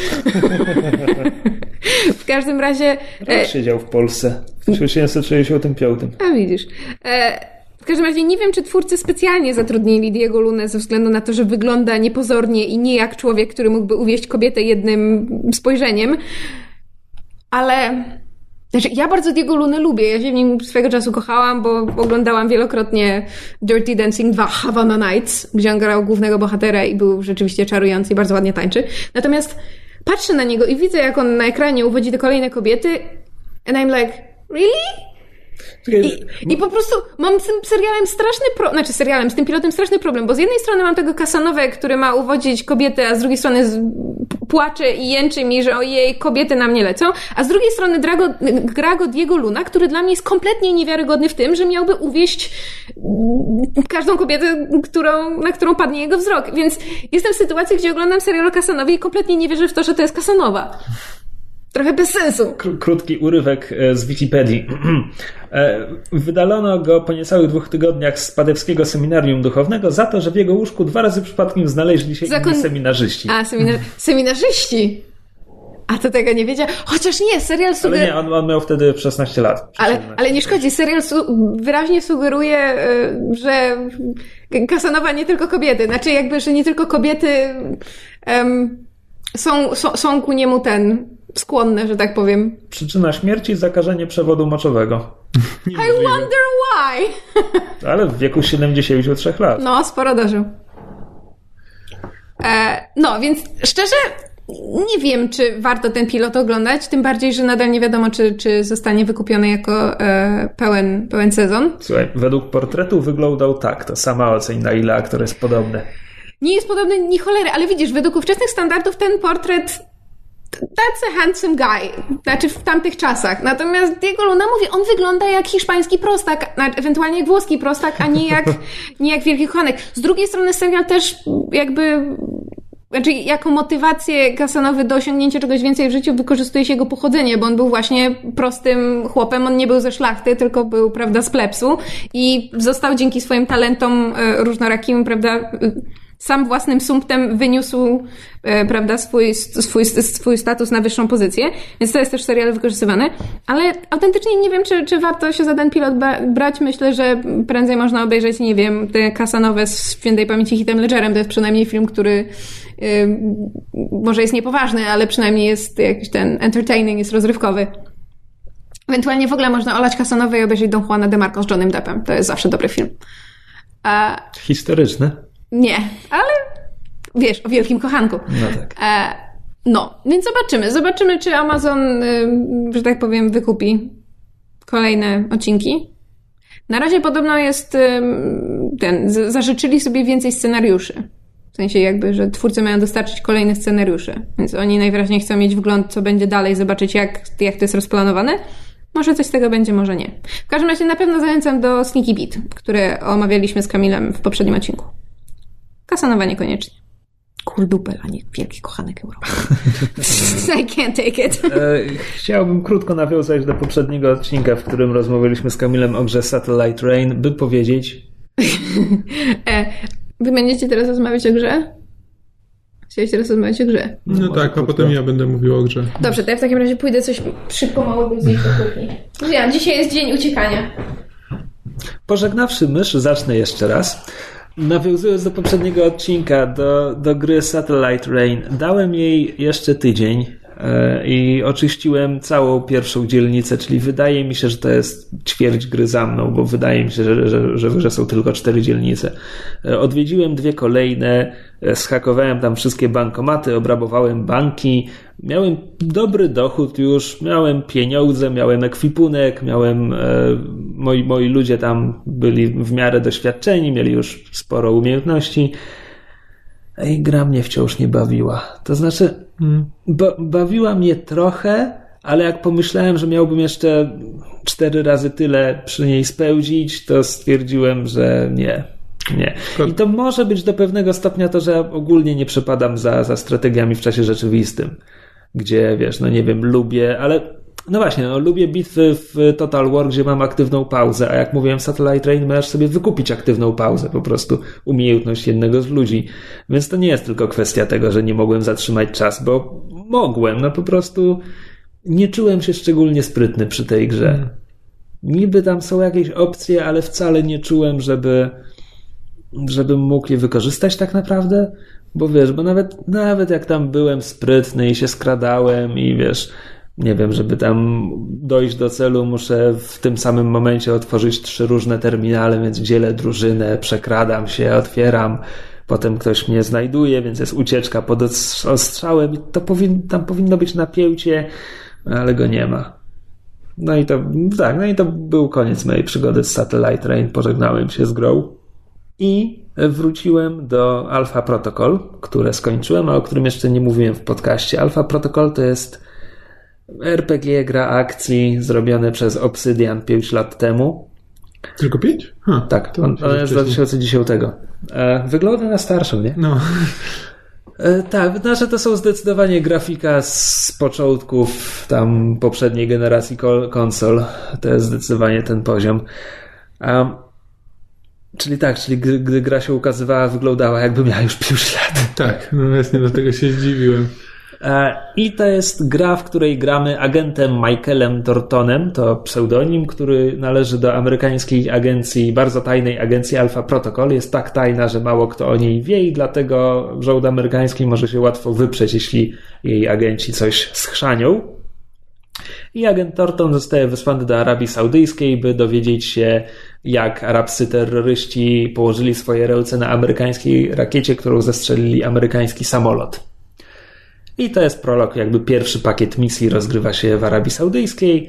Speaker 2: W każdym razie...
Speaker 3: Siedział w Polsce w 1965.
Speaker 2: A widzisz. W każdym razie nie wiem, czy twórcy specjalnie zatrudnili Diego Lunę ze względu na to, że wygląda niepozornie i nie jak człowiek, który mógłby uwieść kobietę jednym spojrzeniem. Ale... Znaczy, ja bardzo Diego Lunę lubię. Ja się w nim swego czasu kochałam, bo oglądałam wielokrotnie Dirty Dancing 2 Havana Nights, gdzie on grał głównego bohatera i był rzeczywiście czarujący i bardzo ładnie tańczy. Natomiast patrzę na niego i widzę, jak on na ekranie uwodzi te kolejne kobiety and I'm like, really? I po prostu mam z tym serialem z tym pilotem straszny problem, bo z jednej strony mam tego Casanowę, który ma uwodzić kobiety, a z drugiej strony płacze i jęczy mi, że ojej, kobiety na mnie lecą, a z drugiej strony gra go Diego Luna, który dla mnie jest kompletnie niewiarygodny w tym, że miałby uwieść każdą kobietę, na którą padnie jego wzrok. Więc jestem w sytuacji, gdzie oglądam serial o Casanowie i kompletnie nie wierzę w to, że to jest Casanowa. Trochę bez sensu.
Speaker 3: Krótki urywek z Wikipedii. Wydalono go po niecałych 2 tygodniach z padewskiego seminarium duchownego za to, że w jego łóżku 2 razy przypadkiem znaleźli się inni seminarzyści.
Speaker 2: Seminarzyści? A to tego nie wiedział. Chociaż nie, serial sugeruje...
Speaker 3: Ale nie, on miał wtedy 16 lat.
Speaker 2: Ale nie szkodzi, serial wyraźnie sugeruje, że Casanowa nie tylko kobiety. Znaczy jakby, że nie tylko kobiety są ku niemu skłonne, że tak powiem.
Speaker 3: Przyczyna śmierci: zakażenie przewodu moczowego.
Speaker 2: I wonder why.
Speaker 3: Ale w wieku 73 lat.
Speaker 2: No, sporo dożył. No, więc szczerze nie wiem, czy warto ten pilot oglądać, tym bardziej, że nadal nie wiadomo, czy zostanie wykupiony jako pełen sezon. Słuchaj,
Speaker 3: według portretu wyglądał tak, to sama oceń, na ile aktor jest podobny.
Speaker 2: Nie jest podobny ni cholery, ale widzisz, według ówczesnych standardów ten portret that's a handsome guy. Znaczy w tamtych czasach. Natomiast Diego Luna mówi, on wygląda jak hiszpański prostak, ewentualnie jak włoski prostak, a nie jak wielki kochanek. Z drugiej strony serial też jako motywację Casanowy do osiągnięcia czegoś więcej w życiu wykorzystuje się jego pochodzenie, bo on był właśnie prostym chłopem, on nie był ze szlachty, tylko był, prawda, z plebsu i został dzięki swoim talentom różnorakim, prawda, sam własnym sumptem wyniósł, prawda, swój status na wyższą pozycję, więc to jest też serial wykorzystywany, ale autentycznie nie wiem, czy warto się za ten pilot brać. Myślę, że prędzej można obejrzeć, nie wiem, tę Casanowę z świętej pamięci Heath'em Ledgerem. To jest przynajmniej film, który może jest niepoważny, ale przynajmniej jest jakiś entertaining, jest rozrywkowy. Ewentualnie w ogóle można olać Casanowę i obejrzeć Don Juana de Marco z Johnnym Deppem. To jest zawsze dobry film.
Speaker 3: Historyczny?
Speaker 2: Nie, ale wiesz, o wielkim kochanku.
Speaker 3: No tak.
Speaker 2: Więc zobaczymy, czy Amazon, że tak powiem, wykupi kolejne odcinki. Na razie podobno jest zażyczyli sobie więcej scenariuszy. W sensie jakby, że twórcy mają dostarczyć kolejnych scenariuszy. Więc oni najwyraźniej chcą mieć wgląd, co będzie dalej, zobaczyć jak to jest rozplanowane. Może coś z tego będzie, może nie. W każdym razie na pewno zachęcam do Sneaky Pete, które omawialiśmy z Kamilem w poprzednim odcinku. Casanowa niekoniecznie. Kurdupel, a nie wielki kochanek Europy. I can't take it.
Speaker 3: Chciałbym krótko nawiązać do poprzedniego odcinka, w którym rozmawialiśmy z Kamilem o grze Satellite Rain, by powiedzieć...
Speaker 2: Wy będziecie teraz rozmawiać o grze? Chciałeś teraz rozmawiać o grze?
Speaker 4: No tak, a potem ja będę mówił o grze.
Speaker 2: Dobrze, to ja w takim razie pójdę coś szybko małego zjeść do kuchni. Mówiłam, dzisiaj jest dzień uciekania.
Speaker 3: Pożegnawszy mysz, zacznę jeszcze raz. Nawiązując do poprzedniego odcinka, do gry Satellite Rain, dałem jej jeszcze tydzień i oczyściłem całą pierwszą dzielnicę, czyli wydaje mi się, że to jest ćwierć gry za mną, bo wydaje mi się, że w grze są tylko 4 dzielnice. Odwiedziłem 2 kolejne, zhakowałem tam wszystkie bankomaty, obrabowałem banki, miałem dobry dochód już, miałem pieniądze, miałem ekwipunek, moi ludzie tam byli w miarę doświadczeni, mieli już sporo umiejętności. I gra mnie wciąż nie bawiła. To znaczy, bawiła mnie trochę, ale jak pomyślałem, że miałbym jeszcze 4 razy tyle przy niej spełdzić, to stwierdziłem, że nie. I to może być do pewnego stopnia to, że ogólnie nie przepadam za strategiami w czasie rzeczywistym, gdzie, wiesz, no nie wiem, lubię, ale no właśnie, lubię bitwy w Total War, gdzie mam aktywną pauzę, a jak mówiłem w Satellite Rain, możesz sobie wykupić aktywną pauzę, po prostu umiejętność jednego z ludzi. Więc to nie jest tylko kwestia tego, że nie mogłem zatrzymać czas, bo mogłem, no po prostu nie czułem się szczególnie sprytny przy tej grze. Niby tam są jakieś opcje, ale wcale nie czułem, żebym mógł je wykorzystać tak naprawdę, bo wiesz, bo nawet jak tam byłem sprytny i się skradałem i wiesz, nie wiem, żeby tam dojść do celu, muszę w tym samym momencie otworzyć 3 różne terminale, więc dzielę drużynę, przekradam się, otwieram,
Speaker 5: potem ktoś mnie znajduje, więc jest ucieczka pod ostrzałem i tam powinno być napięcie, ale go nie ma. No i to był koniec mojej przygody z Satellite Rain. Pożegnałem się z grą i wróciłem do Alpha Protocol, które skończyłem, a o którym jeszcze nie mówiłem w podcaście. Alpha Protocol to jest RPG, gra akcji zrobione przez Obsidian 5 lat temu.
Speaker 4: Tylko 5?
Speaker 5: Tak, on jest z 2010. Wygląda na starszą, nie?
Speaker 4: No.
Speaker 5: Tak, znaczy to są zdecydowanie grafika z początków tam poprzedniej generacji konsol. To jest zdecydowanie ten poziom. Czyli gdy gra się ukazywała, wyglądała jakby miała już 5 lat.
Speaker 4: Tak, no właśnie dlatego się zdziwiłem.
Speaker 5: I to jest gra, w której gramy agentem Michaelem Thorntonem. To pseudonim, który należy do amerykańskiej agencji, bardzo tajnej agencji Alpha Protocol. Jest tak tajna, że mało kto o niej wie i dlatego rząd amerykański może się łatwo wyprzeć, jeśli jej agenci coś schrzanią. I agent Thornton zostaje wysłany do Arabii Saudyjskiej, by dowiedzieć się, jak arabscy terroryści położyli swoje ręce na amerykańskiej rakiecie, którą zestrzelili amerykański samolot. I to jest prolog, jakby pierwszy pakiet misji rozgrywa się w Arabii Saudyjskiej.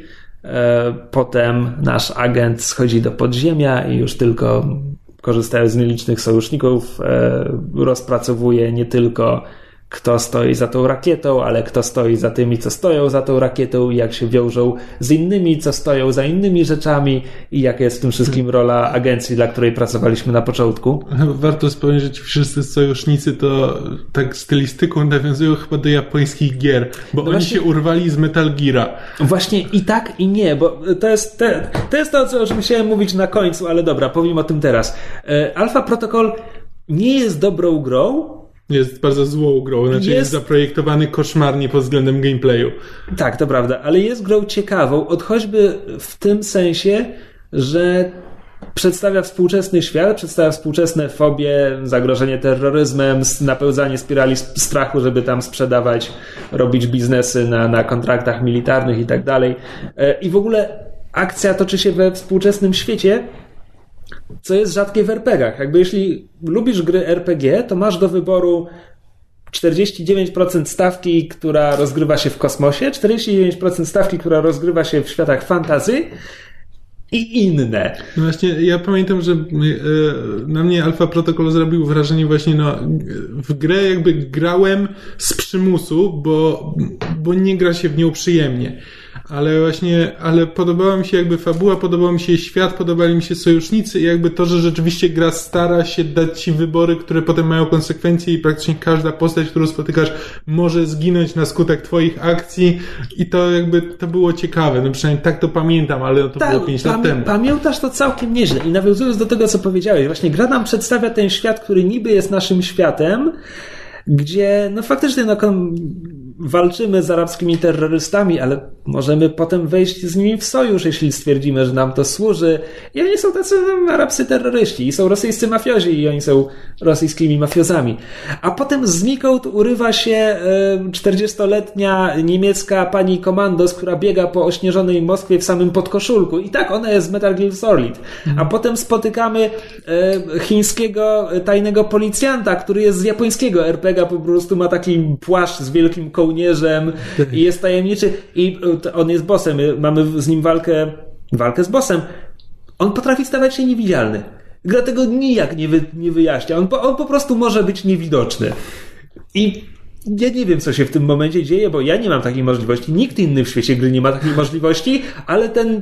Speaker 5: Potem nasz agent schodzi do podziemia i już tylko korzystając z nielicznych sojuszników rozpracowuje nie tylko kto stoi za tą rakietą, ale kto stoi za tymi, co stoją za tą rakietą i jak się wiążą z innymi, co stoją za innymi rzeczami i jaka jest w tym wszystkim rola agencji, dla której pracowaliśmy na początku.
Speaker 4: Warto wspomnieć, że ci wszyscy sojusznicy to tak stylistyką nawiązują chyba do japońskich gier, bo oni się urwali z Metal Geara.
Speaker 5: Właśnie i tak i nie, bo to jest to, o czym chciałem mówić na końcu, ale dobra, powiem o tym teraz. Alpha Protocol nie jest dobrą grą.
Speaker 4: Jest bardzo złą grą, znaczy jest zaprojektowany koszmarnie pod względem gameplayu.
Speaker 5: Tak, to prawda, ale jest grą ciekawą, choćby w tym sensie, że przedstawia współczesny świat, przedstawia współczesne fobie, zagrożenie terroryzmem, napełzanie spirali strachu, żeby tam sprzedawać, robić biznesy na kontraktach militarnych i tak dalej. I w ogóle akcja toczy się we współczesnym świecie, co jest rzadkie w RPG-ach. Jakby jeśli lubisz gry RPG, to masz do wyboru 49% stawki, która rozgrywa się w kosmosie, 49% stawki, która rozgrywa się w światach fantasy i inne.
Speaker 4: No właśnie, ja pamiętam, że na mnie Alpha Protocol zrobił wrażenie właśnie, w grę jakby grałem z przymusu, bo nie gra się w nią przyjemnie. Ale podobała mi się jakby fabuła, podobał mi się świat, podobali mi się sojusznicy i jakby to, że rzeczywiście gra stara się dać ci wybory, które potem mają konsekwencje i praktycznie każda postać, którą spotykasz, może zginąć na skutek twoich akcji i to jakby to było ciekawe. No przynajmniej tak to pamiętam, ale to było 5 lat temu.
Speaker 5: Pamiętasz to całkiem nieźle i nawiązując do tego, co powiedziałeś, właśnie gra nam przedstawia ten świat, który niby jest naszym światem, gdzie faktycznie walczymy z arabskimi terrorystami, ale możemy potem wejść z nimi w sojusz, jeśli stwierdzimy, że nam to służy. I oni są tacy arabscy terroryści i są rosyjscy mafiozi i oni są rosyjskimi mafiozami. A potem znikąd urywa się 40-letnia niemiecka pani komandos, która biega po ośnieżonej Moskwie w samym podkoszulku. I tak, ona jest z Metal Gear Solid. A potem spotykamy chińskiego tajnego policjanta, który jest z japońskiego RPG, po prostu ma taki płaszcz z wielkim kołnierzem i jest tajemniczy i on jest bossem. Mamy z nim walkę z bossem. On potrafi stawać się niewidzialny. Gra tego nijak nie wyjaśnia. On po prostu może być niewidoczny. I ja nie wiem, co się w tym momencie dzieje, bo ja nie mam takiej możliwości. Nikt inny w świecie gry nie ma takiej możliwości, ale ten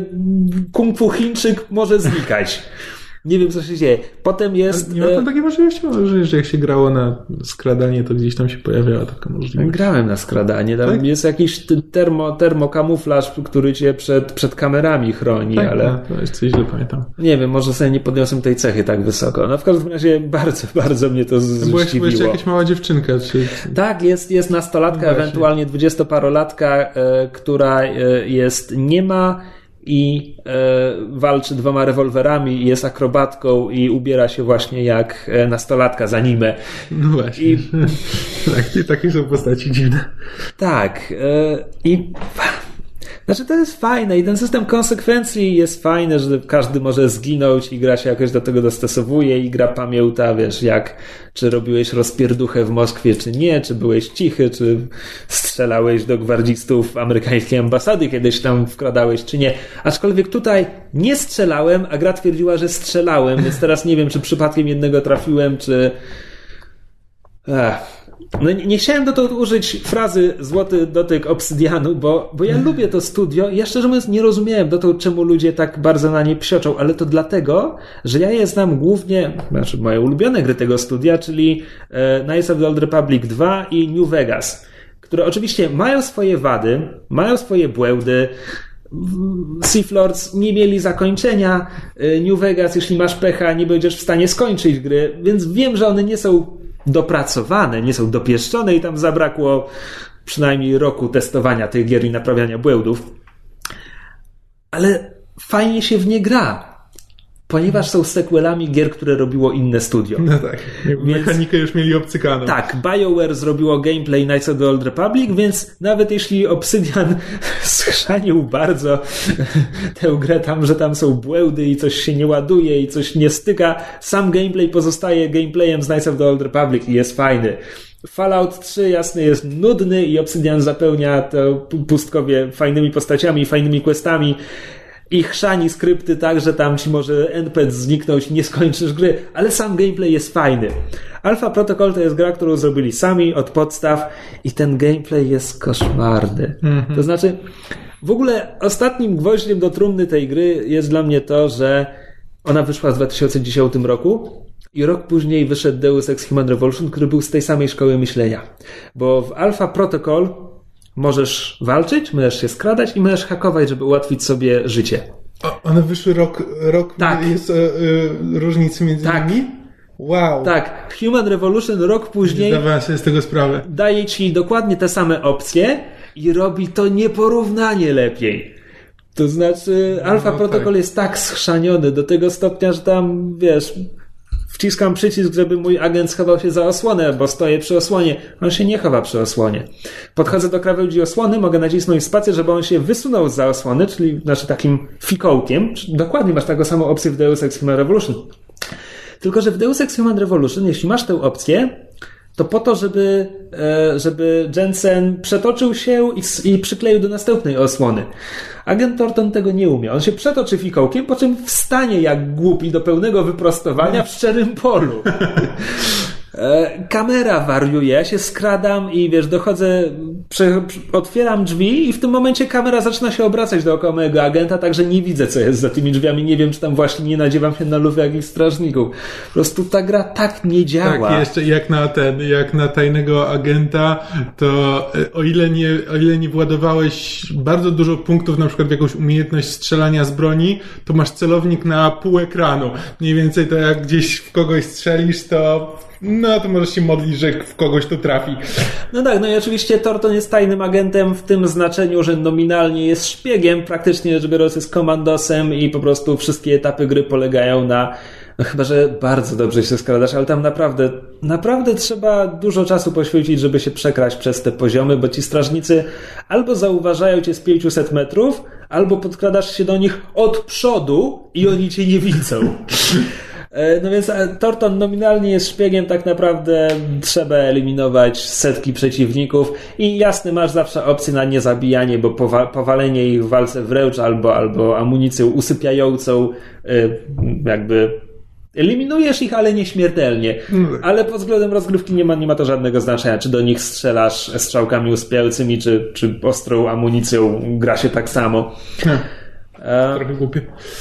Speaker 5: kung fu Chińczyk może znikać. Nie wiem, co się dzieje. Potem jest...
Speaker 4: Nie ma tam takiej możliwości, że jak się grało na skradanie, to gdzieś tam się pojawiała taka możliwość.
Speaker 5: Grałem na skradanie. Tam tak? Jest jakiś termokamuflaż, który cię przed kamerami chroni,
Speaker 4: tak,
Speaker 5: ale...
Speaker 4: to jest coś źle pamiętam.
Speaker 5: Nie wiem, może sobie nie podniosłem tej cechy tak wysoko. W każdym razie bardzo, bardzo mnie to zdziwiło.
Speaker 4: Była jeszcze jakaś mała dziewczynka.
Speaker 5: Tak, jest nastolatka, ewentualnie 20-parolatka, która jest niema i walczy 2 rewolwerami i jest akrobatką i ubiera się właśnie jak nastolatka z anime.
Speaker 4: No właśnie. Takie są postaci dziwne.
Speaker 5: Tak. I Znaczy to jest fajne i ten system konsekwencji jest fajny, że każdy może zginąć i gra się jakoś do tego dostosowuje i gra pamięta, wiesz, czy robiłeś rozpierduchę w Moskwie, czy nie, czy byłeś cichy, czy strzelałeś do gwardzistów amerykańskiej ambasady, kiedyś tam wkradałeś, czy nie. Aczkolwiek tutaj nie strzelałem, a gra twierdziła, że strzelałem, więc teraz nie wiem, czy przypadkiem jednego trafiłem, czy... No nie chciałem dotąd użyć frazy złoty dotyk obsydianu, bo ja lubię to studio i ja szczerze mówiąc nie rozumiałem dotąd, czemu ludzie tak bardzo na nie psioczą, ale to dlatego, że ja je znam głównie, znaczy moje ulubione gry tego studia, czyli Knights of the Old Republic 2 i New Vegas, które oczywiście mają swoje wady, mają swoje błędy. Sith Lords nie mieli zakończenia, New Vegas, jeśli masz pecha, nie będziesz w stanie skończyć gry, więc wiem, że one nie są dopracowane, nie są dopieszczone i tam zabrakło przynajmniej roku testowania tych gier i naprawiania błędów. Ale fajnie się w nie gra, ponieważ są sequelami gier, które robiło inne studio.
Speaker 4: No tak, mechanikę już mieli obcykaną.
Speaker 5: Tak, BioWare zrobiło gameplay Knights of the Old Republic, więc nawet jeśli Obsydian schrzanił bardzo tę grę tam, że tam są błędy i coś się nie ładuje i coś nie styka, sam gameplay pozostaje gameplayem z Knights of the Old Republic i jest fajny. Fallout 3 jasny jest nudny i Obsydian zapełnia to pustkowie fajnymi postaciami i fajnymi questami. I chrzani skrypty tak, że tam ci może NPC zniknąć i nie skończysz gry, ale sam gameplay jest fajny. Alpha Protocol to jest gra, którą zrobili sami od podstaw i ten gameplay jest koszmarny. To znaczy, w ogóle ostatnim gwoździem do trumny tej gry jest dla mnie to, że ona wyszła w 2010 roku i rok później wyszedł Deus Ex Human Revolution, który był z tej samej szkoły myślenia. Bo w Alpha Protocol możesz walczyć, możesz się skradać i możesz hakować, żeby ułatwić sobie życie.
Speaker 4: One wyszły rok
Speaker 5: tak.
Speaker 4: Jest różnicy między nimi? Wow.
Speaker 5: Tak, Human Revolution rok później
Speaker 4: zdawałem sobie z tego sprawę.
Speaker 5: Daje ci dokładnie te same opcje i robi to nieporównanie lepiej. To znaczy Alpha Protocol jest tak schrzaniony do tego stopnia, że tam, wiesz, wciskam przycisk, żeby mój agent schował się za osłonę, bo stoję przy osłonie. On się nie chowa przy osłonie. Podchodzę do krawędzi osłony, mogę nacisnąć spację, żeby on się wysunął za osłony, czyli znaczy takim fikołkiem. Dokładnie masz taką samą opcję w Deus Ex Human Revolution. Tylko że w Deus Ex Human Revolution, jeśli masz tę opcję, to po to, żeby Jensen przetoczył się i przykleił do następnej osłony. Agent Thornton tego nie umie. On się przetoczy fikołkiem, po czym wstanie jak głupi do pełnego wyprostowania w szczerym polu. Kamera wariuje, ja się skradam i wiesz, dochodzę, otwieram drzwi i w tym momencie kamera zaczyna się obracać dookoła mojego agenta, także nie widzę, co jest za tymi drzwiami, nie wiem, czy tam właśnie nie nadziewam się na lufę jakichś strażników. Po prostu ta gra tak nie działa.
Speaker 4: Tak, jeszcze jak na tajnego agenta, to o ile nie władowałeś bardzo dużo punktów, na przykład w jakąś umiejętność strzelania z broni, to masz celownik na pół ekranu. Mniej więcej to jak gdzieś w kogoś strzelisz, to możesz się modlić, że w kogoś to trafi.
Speaker 5: No tak, no i oczywiście Thornton jest tajnym agentem w tym znaczeniu, że nominalnie jest szpiegiem, praktycznie rzecz biorąc jest komandosem i po prostu wszystkie etapy gry polegają na, no chyba, że bardzo dobrze się skradasz, ale tam naprawdę trzeba dużo czasu poświęcić, żeby się przekraść przez te poziomy, bo ci strażnicy albo zauważają cię z 500 metrów, albo podkradasz się do nich od przodu i oni cię nie widzą. No więc Thornton nominalnie jest szpiegiem, tak naprawdę trzeba eliminować setki przeciwników i jasne, masz zawsze opcję na niezabijanie, bo powalenie ich w walce wręcz albo amunicją usypiającą jakby eliminujesz ich, ale nieśmiertelnie. Ale pod względem rozgrywki nie ma to żadnego znaczenia, czy do nich strzelasz strzałkami usypiającymi, czy ostrą amunicją, gra się tak samo.
Speaker 4: Trochę głupie.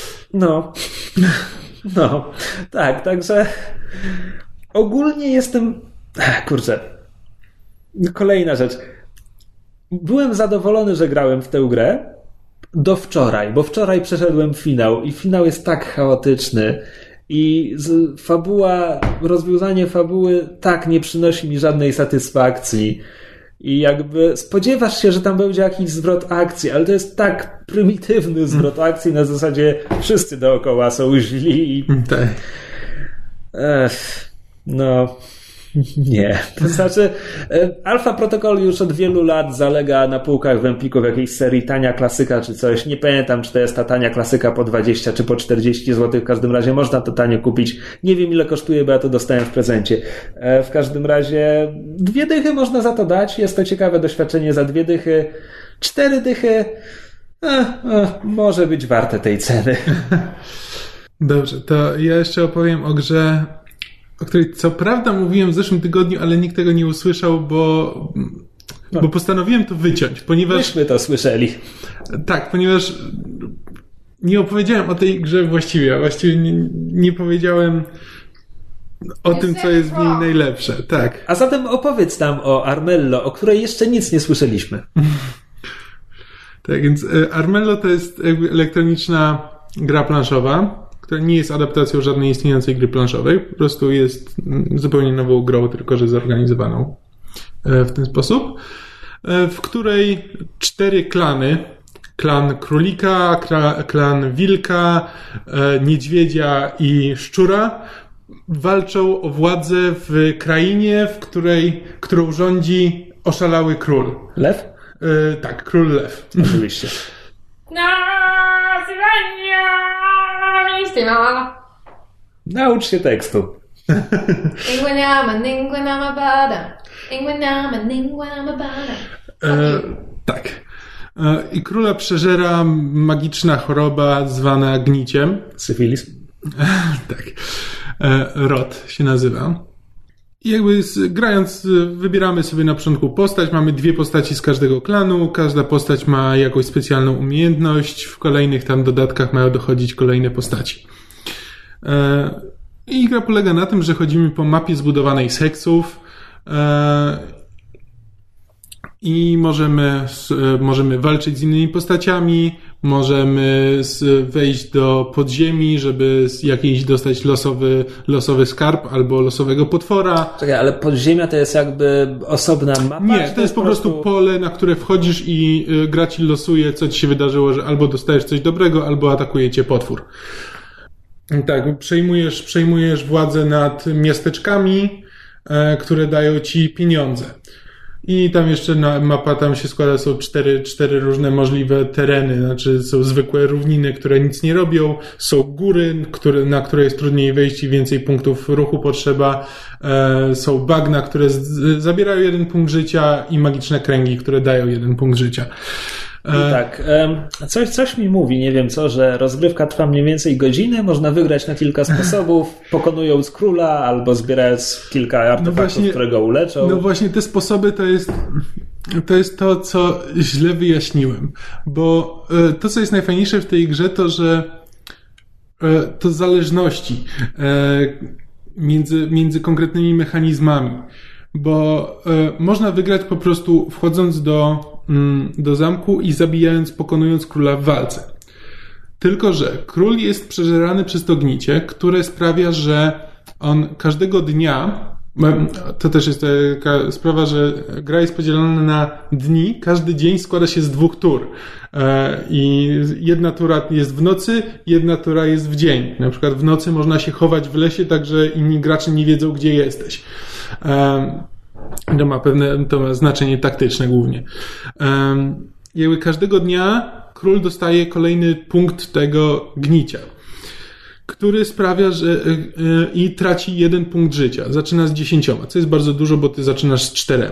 Speaker 5: No, tak, także ogólnie jestem... Kurczę, kolejna rzecz. Byłem zadowolony, że grałem w tę grę do wczoraj, bo wczoraj przeszedłem finał i finał jest tak chaotyczny i rozwiązanie fabuły tak nie przynosi mi żadnej satysfakcji. I jakby spodziewasz się, że tam będzie jakiś zwrot akcji, ale to jest tak prymitywny zwrot akcji, na zasadzie wszyscy dookoła są źli i...
Speaker 4: Tak.
Speaker 5: Nie. To znaczy, Alpha Protocol już od wielu lat zalega na półkach w Empiku w jakiejś serii tania klasyka czy coś. Nie pamiętam, czy to jest ta tania klasyka po 20 czy po 40 zł. W każdym razie można to tanio kupić. Nie wiem, ile kosztuje, bo ja to dostałem w prezencie. W każdym razie 2 dychy można za to dać. Jest to ciekawe doświadczenie za 2 dychy. 4 dychy może być warte tej ceny.
Speaker 4: Dobrze, to ja jeszcze opowiem o grze, o której co prawda mówiłem w zeszłym tygodniu, ale nikt tego nie usłyszał, bo postanowiłem to wyciąć, ponieważ...
Speaker 5: Myśmy to słyszeli.
Speaker 4: Tak, ponieważ nie opowiedziałem o tej grze właściwie nie powiedziałem o tym, co jest w niej najlepsze. Tak.
Speaker 5: A zatem opowiedz nam o Armello, o której jeszcze nic nie słyszeliśmy.
Speaker 4: Tak, więc Armello to jest jakby elektroniczna gra planszowa, która nie jest adaptacją żadnej istniejącej gry planszowej, po prostu jest zupełnie nową grą, tylko że zorganizowaną w ten sposób, w której 4 klany, klan królika, klan wilka, niedźwiedzia i szczura, walczą o władzę w krainie, którą rządzi oszalały król.
Speaker 5: Lew?
Speaker 4: Tak, król lew.
Speaker 5: Oczywiście. Naucz się tekstu.
Speaker 4: Tak. I króla przeżera magiczna choroba zwana gniciem.
Speaker 5: Syfilis.
Speaker 4: Tak. Rot się nazywa. I jakby grając, wybieramy sobie na początku postać. Mamy 2 postaci z każdego klanu. Każda postać ma jakąś specjalną umiejętność. W kolejnych tam dodatkach mają dochodzić kolejne postaci. I gra polega na tym, że chodzimy po mapie zbudowanej z heksów i możemy walczyć z innymi postaciami, możemy wejść do podziemi, żeby jakiś dostać losowy skarb albo losowego potwora.
Speaker 5: Czekaj, ale podziemia to jest jakby osobna mapa?
Speaker 4: Nie, to jest po prostu pole, na które wchodzisz i gra ci losuje, co ci się wydarzyło, że albo dostajesz coś dobrego, albo atakuje cię potwór. Tak, przejmujesz władzę nad miasteczkami, które dają ci pieniądze. I tam jeszcze mapa tam się składa, są 4 różne możliwe tereny, znaczy są zwykłe równiny, które nic nie robią, są góry, na które jest trudniej wejść i więcej punktów ruchu potrzeba, są bagna, które zabierają 1 punkt życia i magiczne kręgi, które dają 1 punkt życia.
Speaker 5: I tak, coś mi mówi, nie wiem co, że rozgrywka trwa mniej więcej godzinę, można wygrać na kilka sposobów, pokonując króla albo zbierając kilka artefaktów, które go uleczą.
Speaker 4: No właśnie, te sposoby to jest to, co źle wyjaśniłem, bo to, co jest najfajniejsze w tej grze, to, że to zależności między konkretnymi mechanizmami, bo można wygrać po prostu wchodząc do zamku i zabijając, pokonując króla w walce. Tylko że król jest przeżerany przez to gnicie, które sprawia, że on każdego dnia, to też jest taka sprawa, że gra jest podzielona na dni, każdy dzień składa się z 2 tur. I 1 tura jest w nocy, 1 tura jest w dzień. Na przykład w nocy można się chować w lesie, tak że inni gracze nie wiedzą, gdzie jesteś. To ma znaczenie taktyczne głównie. Jakby każdego dnia król dostaje kolejny punkt tego gnicia, który sprawia, że i traci 1 punkt życia. Zaczyna z 10, co jest bardzo dużo, bo ty zaczynasz z 4.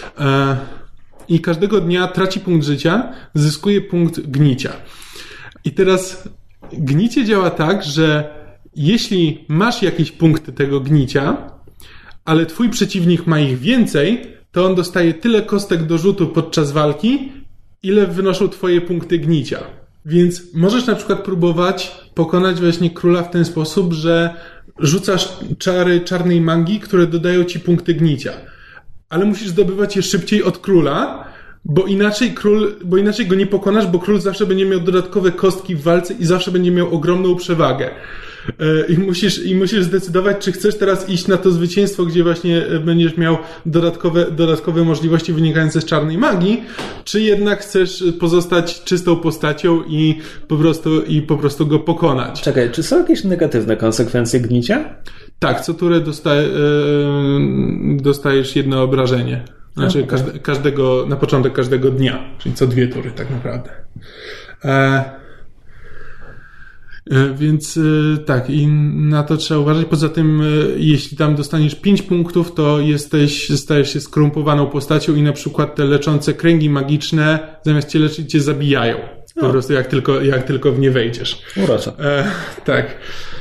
Speaker 4: I każdego dnia traci punkt życia, zyskuje punkt gnicia. I teraz gnicie działa tak, że jeśli masz jakieś punkty tego gnicia, ale twój przeciwnik ma ich więcej, to on dostaje tyle kostek do rzutu podczas walki, ile wynoszą twoje punkty gnicia. Więc możesz na przykład próbować pokonać właśnie króla w ten sposób, że rzucasz czary czarnej magii, które dodają ci punkty gnicia. Ale musisz zdobywać je szybciej od króla, bo inaczej go nie pokonasz, bo król zawsze będzie miał dodatkowe kostki w walce i zawsze będzie miał ogromną przewagę. I musisz zdecydować, czy chcesz teraz iść na to zwycięstwo, gdzie właśnie będziesz miał dodatkowe możliwości wynikające z czarnej magii, czy jednak chcesz pozostać czystą postacią i po prostu go pokonać.
Speaker 5: Czekaj, czy są jakieś negatywne konsekwencje gnicia?
Speaker 4: Tak, co turę dostajesz jedno obrażenie. Znaczy każdego, na początek każdego dnia, czyli co 2 tury tak naprawdę. Więc tak, i na to trzeba uważać. Poza tym, jeśli tam dostaniesz 5 punktów, to stajesz się skorumpowaną postacią i na przykład te leczące kręgi magiczne zamiast cię leczyć, cię zabijają. Po prostu jak tylko w nie wejdziesz.
Speaker 5: Uroczo.
Speaker 4: Tak.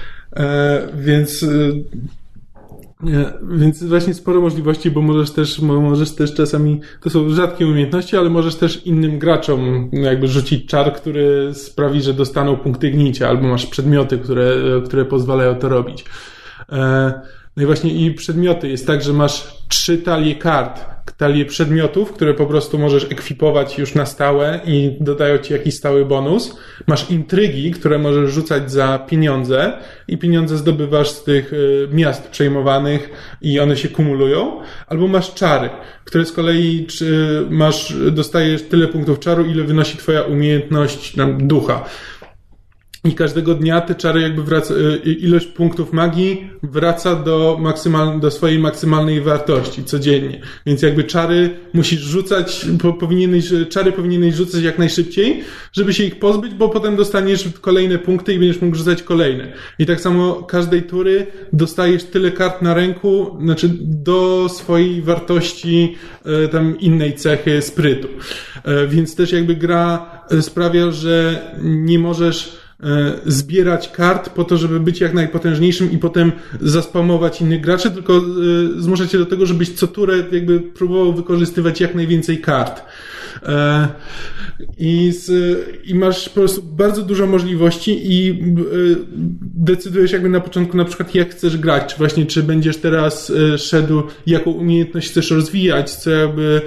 Speaker 4: Więc właśnie sporo możliwości, bo możesz też czasami, to są rzadkie umiejętności, ale możesz też innym graczom jakby rzucić czar, który sprawi, że dostaną punkty gnicia, albo masz przedmioty, które pozwalają to robić. No i właśnie i przedmioty. Jest tak, że masz 3 talie kart, talie przedmiotów, które po prostu możesz ekwipować już na stałe i dodają ci jakiś stały bonus. Masz intrygi, które możesz rzucać za pieniądze i pieniądze zdobywasz z tych miast przejmowanych i one się kumulują. Albo masz czary, które z kolei dostajesz tyle punktów czaru, ile wynosi twoja umiejętność ducha. I każdego dnia te czary jakby ilość punktów magii wraca do swojej maksymalnej wartości codziennie. Więc jakby czary musisz rzucać, czary powinieneś rzucać jak najszybciej, żeby się ich pozbyć, bo potem dostaniesz kolejne punkty i będziesz mógł rzucać kolejne. I tak samo każdej tury dostajesz tyle kart na ręku, znaczy do swojej wartości tam innej cechy sprytu. Więc też jakby gra sprawia, że nie możesz zbierać kart po to, żeby być jak najpotężniejszym i potem zaspamować innych graczy, tylko zmusza cię do tego, żebyś co turę jakby próbował wykorzystywać jak najwięcej kart. I masz po prostu bardzo dużo możliwości i decydujesz jakby na początku na przykład jak chcesz grać, czy będziesz teraz szedł, jaką umiejętność chcesz rozwijać, co jakby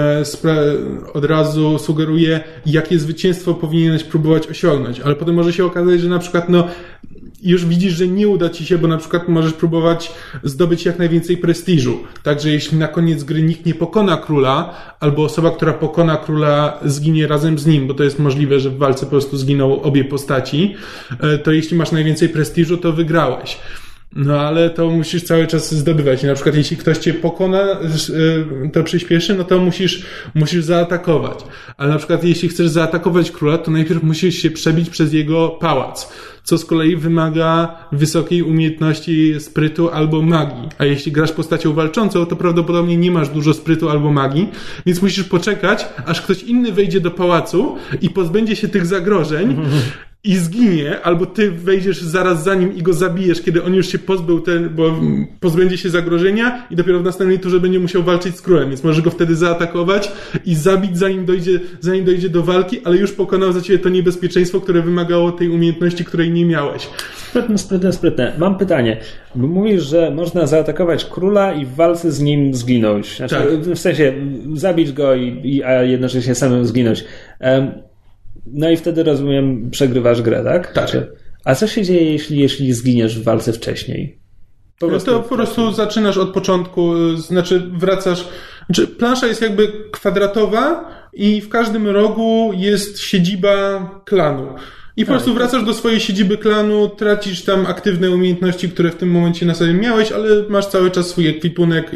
Speaker 4: od razu sugeruje, jakie zwycięstwo powinieneś próbować osiągnąć, ale potem może się okazać, że na przykład już widzisz, że nie uda ci się, bo na przykład możesz próbować zdobyć jak najwięcej prestiżu. Także jeśli na koniec gry nikt nie pokona króla, albo osoba, która pokona króla zginie razem z nim, bo to jest możliwe, że w walce po prostu zginą obie postaci, to jeśli masz najwięcej prestiżu, to wygrałeś. No ale to musisz cały czas zdobywać. I na przykład jeśli ktoś cię pokona, to przyspieszy, no to musisz zaatakować. Ale na przykład jeśli chcesz zaatakować króla, to najpierw musisz się przebić przez jego pałac, co z kolei wymaga wysokiej umiejętności sprytu albo magii. A jeśli grasz postacią walczącą, to prawdopodobnie nie masz dużo sprytu albo magii, więc musisz poczekać, aż ktoś inny wejdzie do pałacu i pozbędzie się tych zagrożeń i zginie, albo ty wejdziesz zaraz za nim i go zabijesz, kiedy on już się bo pozbędzie się zagrożenia i dopiero w następnej turze będzie musiał walczyć z królem, więc możesz go wtedy zaatakować i zabić, zanim dojdzie do walki, ale już pokonał za ciebie to niebezpieczeństwo, które wymagało tej umiejętności, której nie miałeś.
Speaker 5: Sprytne. Mam pytanie. Bo mówisz, że można zaatakować króla i w walce z nim zginąć. Znaczy, tak. W sensie zabić go a jednocześnie samym zginąć. No i wtedy, rozumiem, przegrywasz grę, tak?
Speaker 4: Tak.
Speaker 5: A co się dzieje, jeśli zginiesz w walce wcześniej?
Speaker 4: Po prostu zaczynasz od początku, wracasz... plansza jest jakby kwadratowa i w każdym rogu jest siedziba klanu. I po prostu wracasz do swojej siedziby klanu, tracisz tam aktywne umiejętności, które w tym momencie na sobie miałeś, ale masz cały czas swój ekwipunek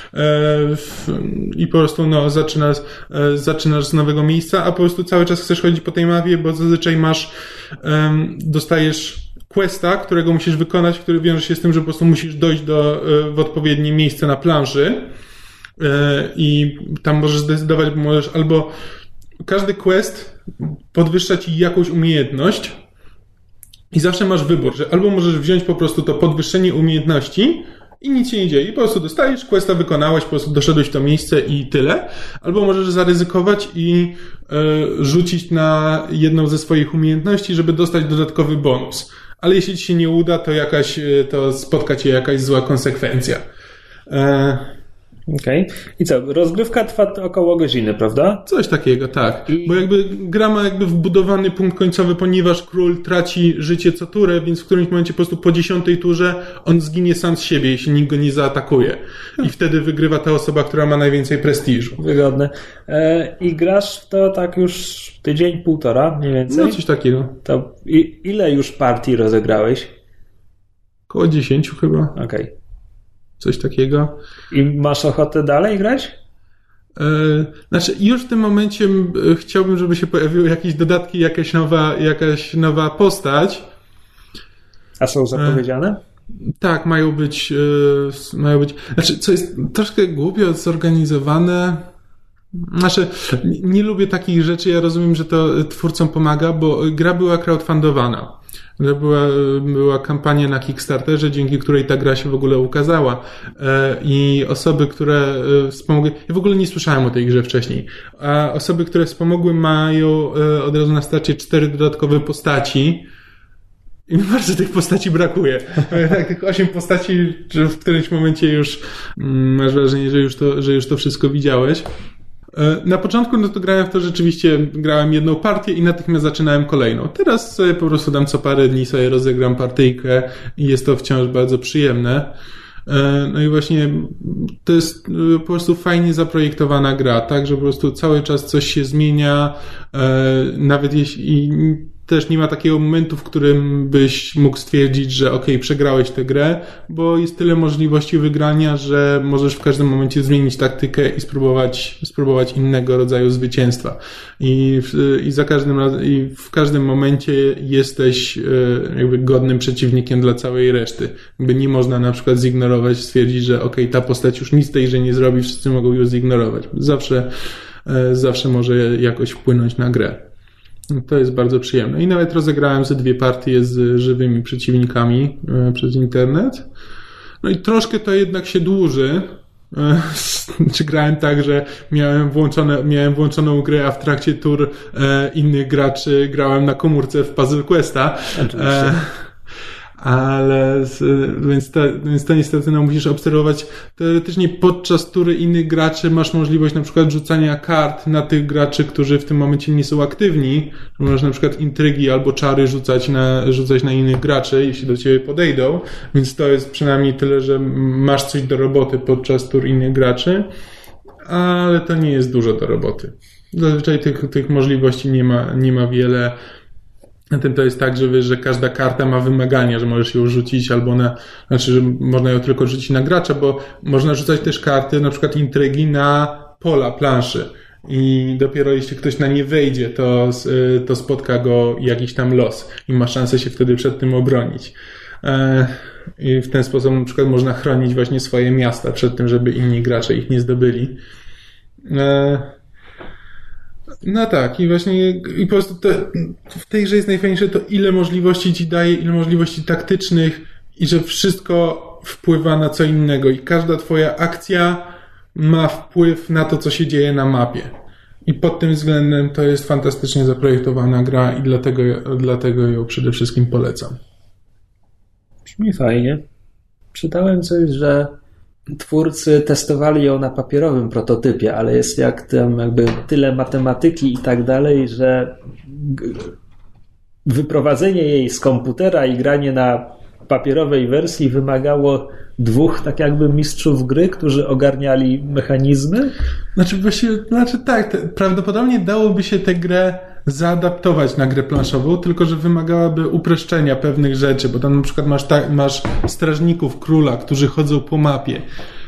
Speaker 4: i po prostu zaczynasz z nowego miejsca, a po prostu cały czas chcesz chodzić po tej mapie, bo zazwyczaj dostajesz questa, którego musisz wykonać, który wiąże się z tym, że po prostu musisz dojść w odpowiednie miejsce na planszy i tam możesz zdecydować, bo możesz albo każdy quest podwyższa ci jakąś umiejętność i zawsze masz wybór, że albo możesz wziąć po prostu to podwyższenie umiejętności i nic się nie dzieje. I po prostu dostajesz, questa wykonałeś, po prostu doszedłeś w to miejsce i tyle. Albo możesz zaryzykować i rzucić na jedną ze swoich umiejętności, żeby dostać dodatkowy bonus. Ale jeśli ci się nie uda, to spotka cię jakaś zła konsekwencja.
Speaker 5: Okej. I co? Rozgrywka trwa około godziny, prawda?
Speaker 4: Coś takiego, tak. Bo jakby gra ma jakby wbudowany punkt końcowy, ponieważ król traci życie co turę, więc w którymś momencie po prostu po 10. turze on zginie sam z siebie, jeśli nikt go nie zaatakuje. I wtedy wygrywa ta osoba, która ma najwięcej prestiżu.
Speaker 5: Wygodne. I grasz w to tak już tydzień, półtora mniej więcej?
Speaker 4: No coś takiego.
Speaker 5: To ile już partii rozegrałeś?
Speaker 4: Około 10 chyba.
Speaker 5: Okej.
Speaker 4: Coś takiego.
Speaker 5: I masz ochotę dalej grać?
Speaker 4: Znaczy już w tym momencie chciałbym, żeby się pojawiły jakieś dodatki, jakaś nowa postać.
Speaker 5: A są zapowiedziane?
Speaker 4: Tak, mają być. Znaczy, co jest troszkę głupio zorganizowane. Znaczy, nie lubię takich rzeczy. Ja rozumiem, że to twórcom pomaga, bo gra była crowdfundowana. Była kampania na Kickstarterze, dzięki której ta gra się w ogóle ukazała. I osoby, które wspomogły... Ja w ogóle nie słyszałem o tej grze wcześniej. A osoby, które wspomogły, mają od razu na starcie 4 dodatkowe postaci. I bardzo tych postaci brakuje. Tak, tych 8 postaci, że w którymś momencie już masz wrażenie, że już to wszystko widziałeś. Na początku no to grałem w to rzeczywiście, grałem jedną partię i natychmiast zaczynałem kolejną. Teraz sobie po prostu dam co parę dni sobie rozegram partyjkę i jest to wciąż bardzo przyjemne. No i właśnie to jest po prostu fajnie zaprojektowana gra, tak, że po prostu cały czas coś się zmienia, nawet jeśli też nie ma takiego momentu, w którym byś mógł stwierdzić, że okej, przegrałeś tę grę, bo jest tyle możliwości wygrania, że możesz w każdym momencie zmienić taktykę i spróbować innego rodzaju zwycięstwa. I za każdym razem, i w każdym momencie jesteś jakby godnym przeciwnikiem dla całej reszty. Jakby nie można na przykład zignorować, stwierdzić, że okej, ta postać już nic tejże nie zrobi, wszyscy mogą ją zignorować. Zawsze może jakoś wpłynąć na grę. To jest bardzo przyjemne. I nawet rozegrałem ze 2 partie z żywymi przeciwnikami przez internet. No i troszkę to jednak się dłuży. Czy grałem tak, że miałem włączoną grę, a w trakcie tur innych graczy grałem na komórce w Puzzle Questa.
Speaker 5: Oczywiście.
Speaker 4: Ale więc to niestety musisz obserwować. Teoretycznie podczas tury innych graczy masz możliwość na przykład rzucania kart na tych graczy, którzy w tym momencie nie są aktywni. Możesz na przykład intrygi albo czary rzucać na innych graczy, jeśli do ciebie podejdą. Więc to jest przynajmniej tyle, że masz coś do roboty podczas tur innych graczy, ale to nie jest dużo do roboty. Zazwyczaj tych możliwości nie ma wiele. Na tym to jest tak, że wiesz, że każda karta ma wymagania, że możesz ją rzucić albo że można ją tylko rzucić na gracza, bo można rzucać też karty, na przykład intrygi na pola planszy i dopiero jeśli ktoś na nie wejdzie, to spotka go jakiś tam los i ma szansę się wtedy przed tym obronić. I w ten sposób na przykład można chronić właśnie swoje miasta przed tym, żeby inni gracze ich nie zdobyli. No tak, i właśnie i po prostu w tej grze jest najfajniejsze to, ile możliwości ci daje, ile możliwości taktycznych i że wszystko wpływa na co innego i każda twoja akcja ma wpływ na to, co się dzieje na mapie. I pod tym względem to jest fantastycznie zaprojektowana gra i dlatego ją przede wszystkim polecam.
Speaker 5: Brzmi fajnie. Czytałem coś, że twórcy testowali ją na papierowym prototypie, ale jest jakby tyle matematyki i tak dalej, że wyprowadzenie jej z komputera i granie na papierowej wersji wymagało 2 tak jakby mistrzów gry, którzy ogarniali mechanizmy.
Speaker 4: Znaczy tak, prawdopodobnie dałoby się tę grę zaadaptować na grę planszową, tylko że wymagałaby uproszczenia pewnych rzeczy, bo tam na przykład masz strażników króla, którzy chodzą po mapie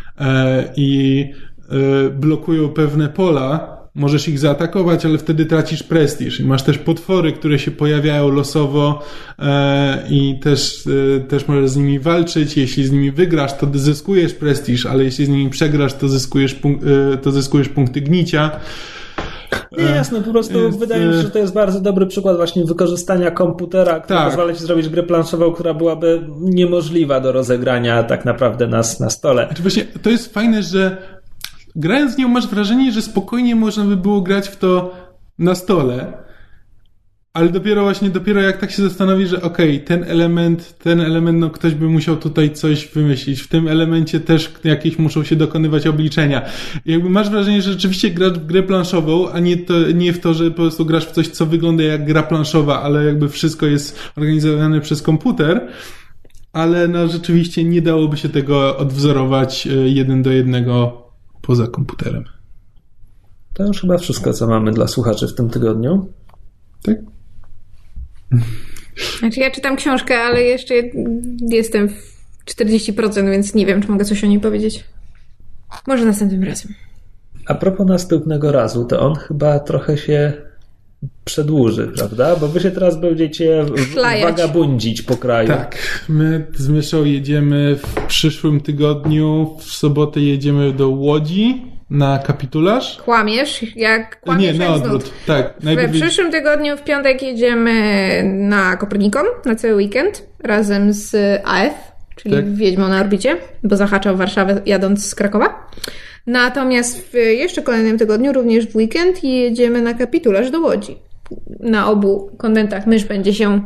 Speaker 4: i blokują pewne pola, możesz ich zaatakować, ale wtedy tracisz prestiż. I masz też potwory, które się pojawiają losowo i też możesz z nimi walczyć. Jeśli z nimi wygrasz, to zyskujesz prestiż, ale jeśli z nimi przegrasz, to zyskujesz punkty gnicia.
Speaker 5: Nie, jasne, po prostu wydaje mi się, że to jest bardzo dobry przykład właśnie wykorzystania komputera, który pozwala ci zrobić grę planszową, która byłaby niemożliwa do rozegrania tak naprawdę na stole.
Speaker 4: Znaczy właśnie, to jest fajne, że grając z nią masz wrażenie, że spokojnie można by było grać w to na stole, ale dopiero jak tak się zastanowi, że okej, ten element, no ktoś by musiał tutaj coś wymyślić. W tym elemencie też jakieś muszą się dokonywać obliczenia. I jakby masz wrażenie, że rzeczywiście grasz w grę planszową, a nie w to, że po prostu grasz w coś, co wygląda jak gra planszowa, ale jakby wszystko jest organizowane przez komputer. Ale no rzeczywiście nie dałoby się tego odwzorować 1 do 1 poza komputerem.
Speaker 5: To już chyba wszystko, co mamy dla słuchaczy w tym tygodniu.
Speaker 4: Tak?
Speaker 2: Znaczy ja czytam książkę, ale jeszcze jestem 40%, więc nie wiem, czy mogę coś o niej powiedzieć. Może następnym razem.
Speaker 5: A propos następnego razu, to on chyba trochę się przedłuży, prawda? Bo wy się teraz będziecie wagabundzić po kraju.
Speaker 4: Tak, my z Myszą jedziemy w przyszłym tygodniu, w sobotę jedziemy do Łodzi na kapitularz.
Speaker 2: Kłamiesz?
Speaker 4: Nie, na odwrót. Tak.
Speaker 2: W przyszłym tygodniu w piątek jedziemy na Kopernikom na cały weekend razem z AF, czyli tak. Wiedźmą na orbicie, bo zahaczał Warszawę jadąc z Krakowa. Natomiast w jeszcze kolejnym tygodniu, również w weekend, jedziemy na kapitularz do Łodzi. Na obu konwentach Mysz będzie się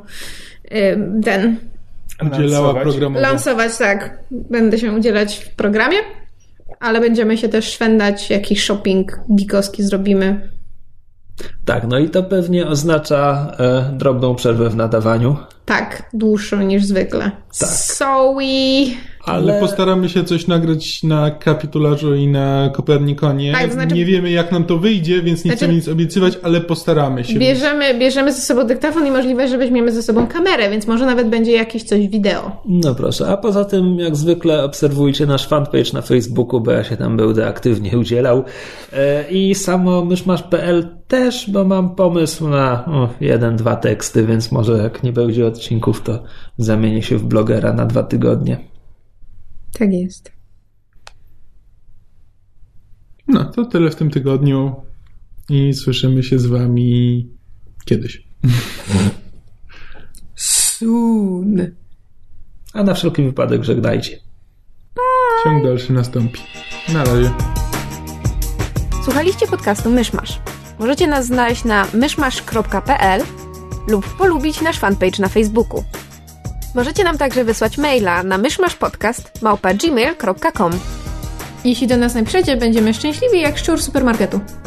Speaker 4: udzielała programowo.
Speaker 2: Lansować, tak. Będę się udzielać w programie, ale będziemy się też szwendać, jakiś shopping geekowski zrobimy.
Speaker 5: Tak, no i to pewnie oznacza drobną przerwę w nadawaniu.
Speaker 2: Tak, dłuższą niż zwykle.
Speaker 5: Tak.
Speaker 4: Ale postaramy się coś nagrać na kapitularzu i na Kopernikonie. Tak, to znaczy... Nie wiemy, jak nam to wyjdzie, więc nie chcemy nic obiecywać, ale postaramy się.
Speaker 2: Bierzemy ze sobą dyktafon i możliwe, że weźmiemy ze sobą kamerę, więc może nawet będzie jakieś coś wideo.
Speaker 5: No proszę, a poza tym jak zwykle obserwujcie nasz fanpage na Facebooku, bo ja się tam będę aktywnie udzielał. I samo myszmasz.pl też, bo mam pomysł na 1-2 teksty, więc może jak nie będzie odcinków, to zamienię się w blogera na 2 tygodnie.
Speaker 2: Tak jest.
Speaker 4: No, to tyle w tym tygodniu i słyszymy się z wami kiedyś.
Speaker 2: Soon.
Speaker 5: A na wszelki wypadek żegnajcie.
Speaker 2: Bye.
Speaker 4: Ciąg dalszy nastąpi. Na razie.
Speaker 2: Słuchaliście podcastu Myszmasz. Możecie nas znaleźć na myszmasz.pl lub polubić nasz fanpage na Facebooku. Możecie nam także wysłać maila na myszmaszpodcast@gmail.com. Jeśli do nas napiszecie, będziemy szczęśliwi jak szczur supermarketu.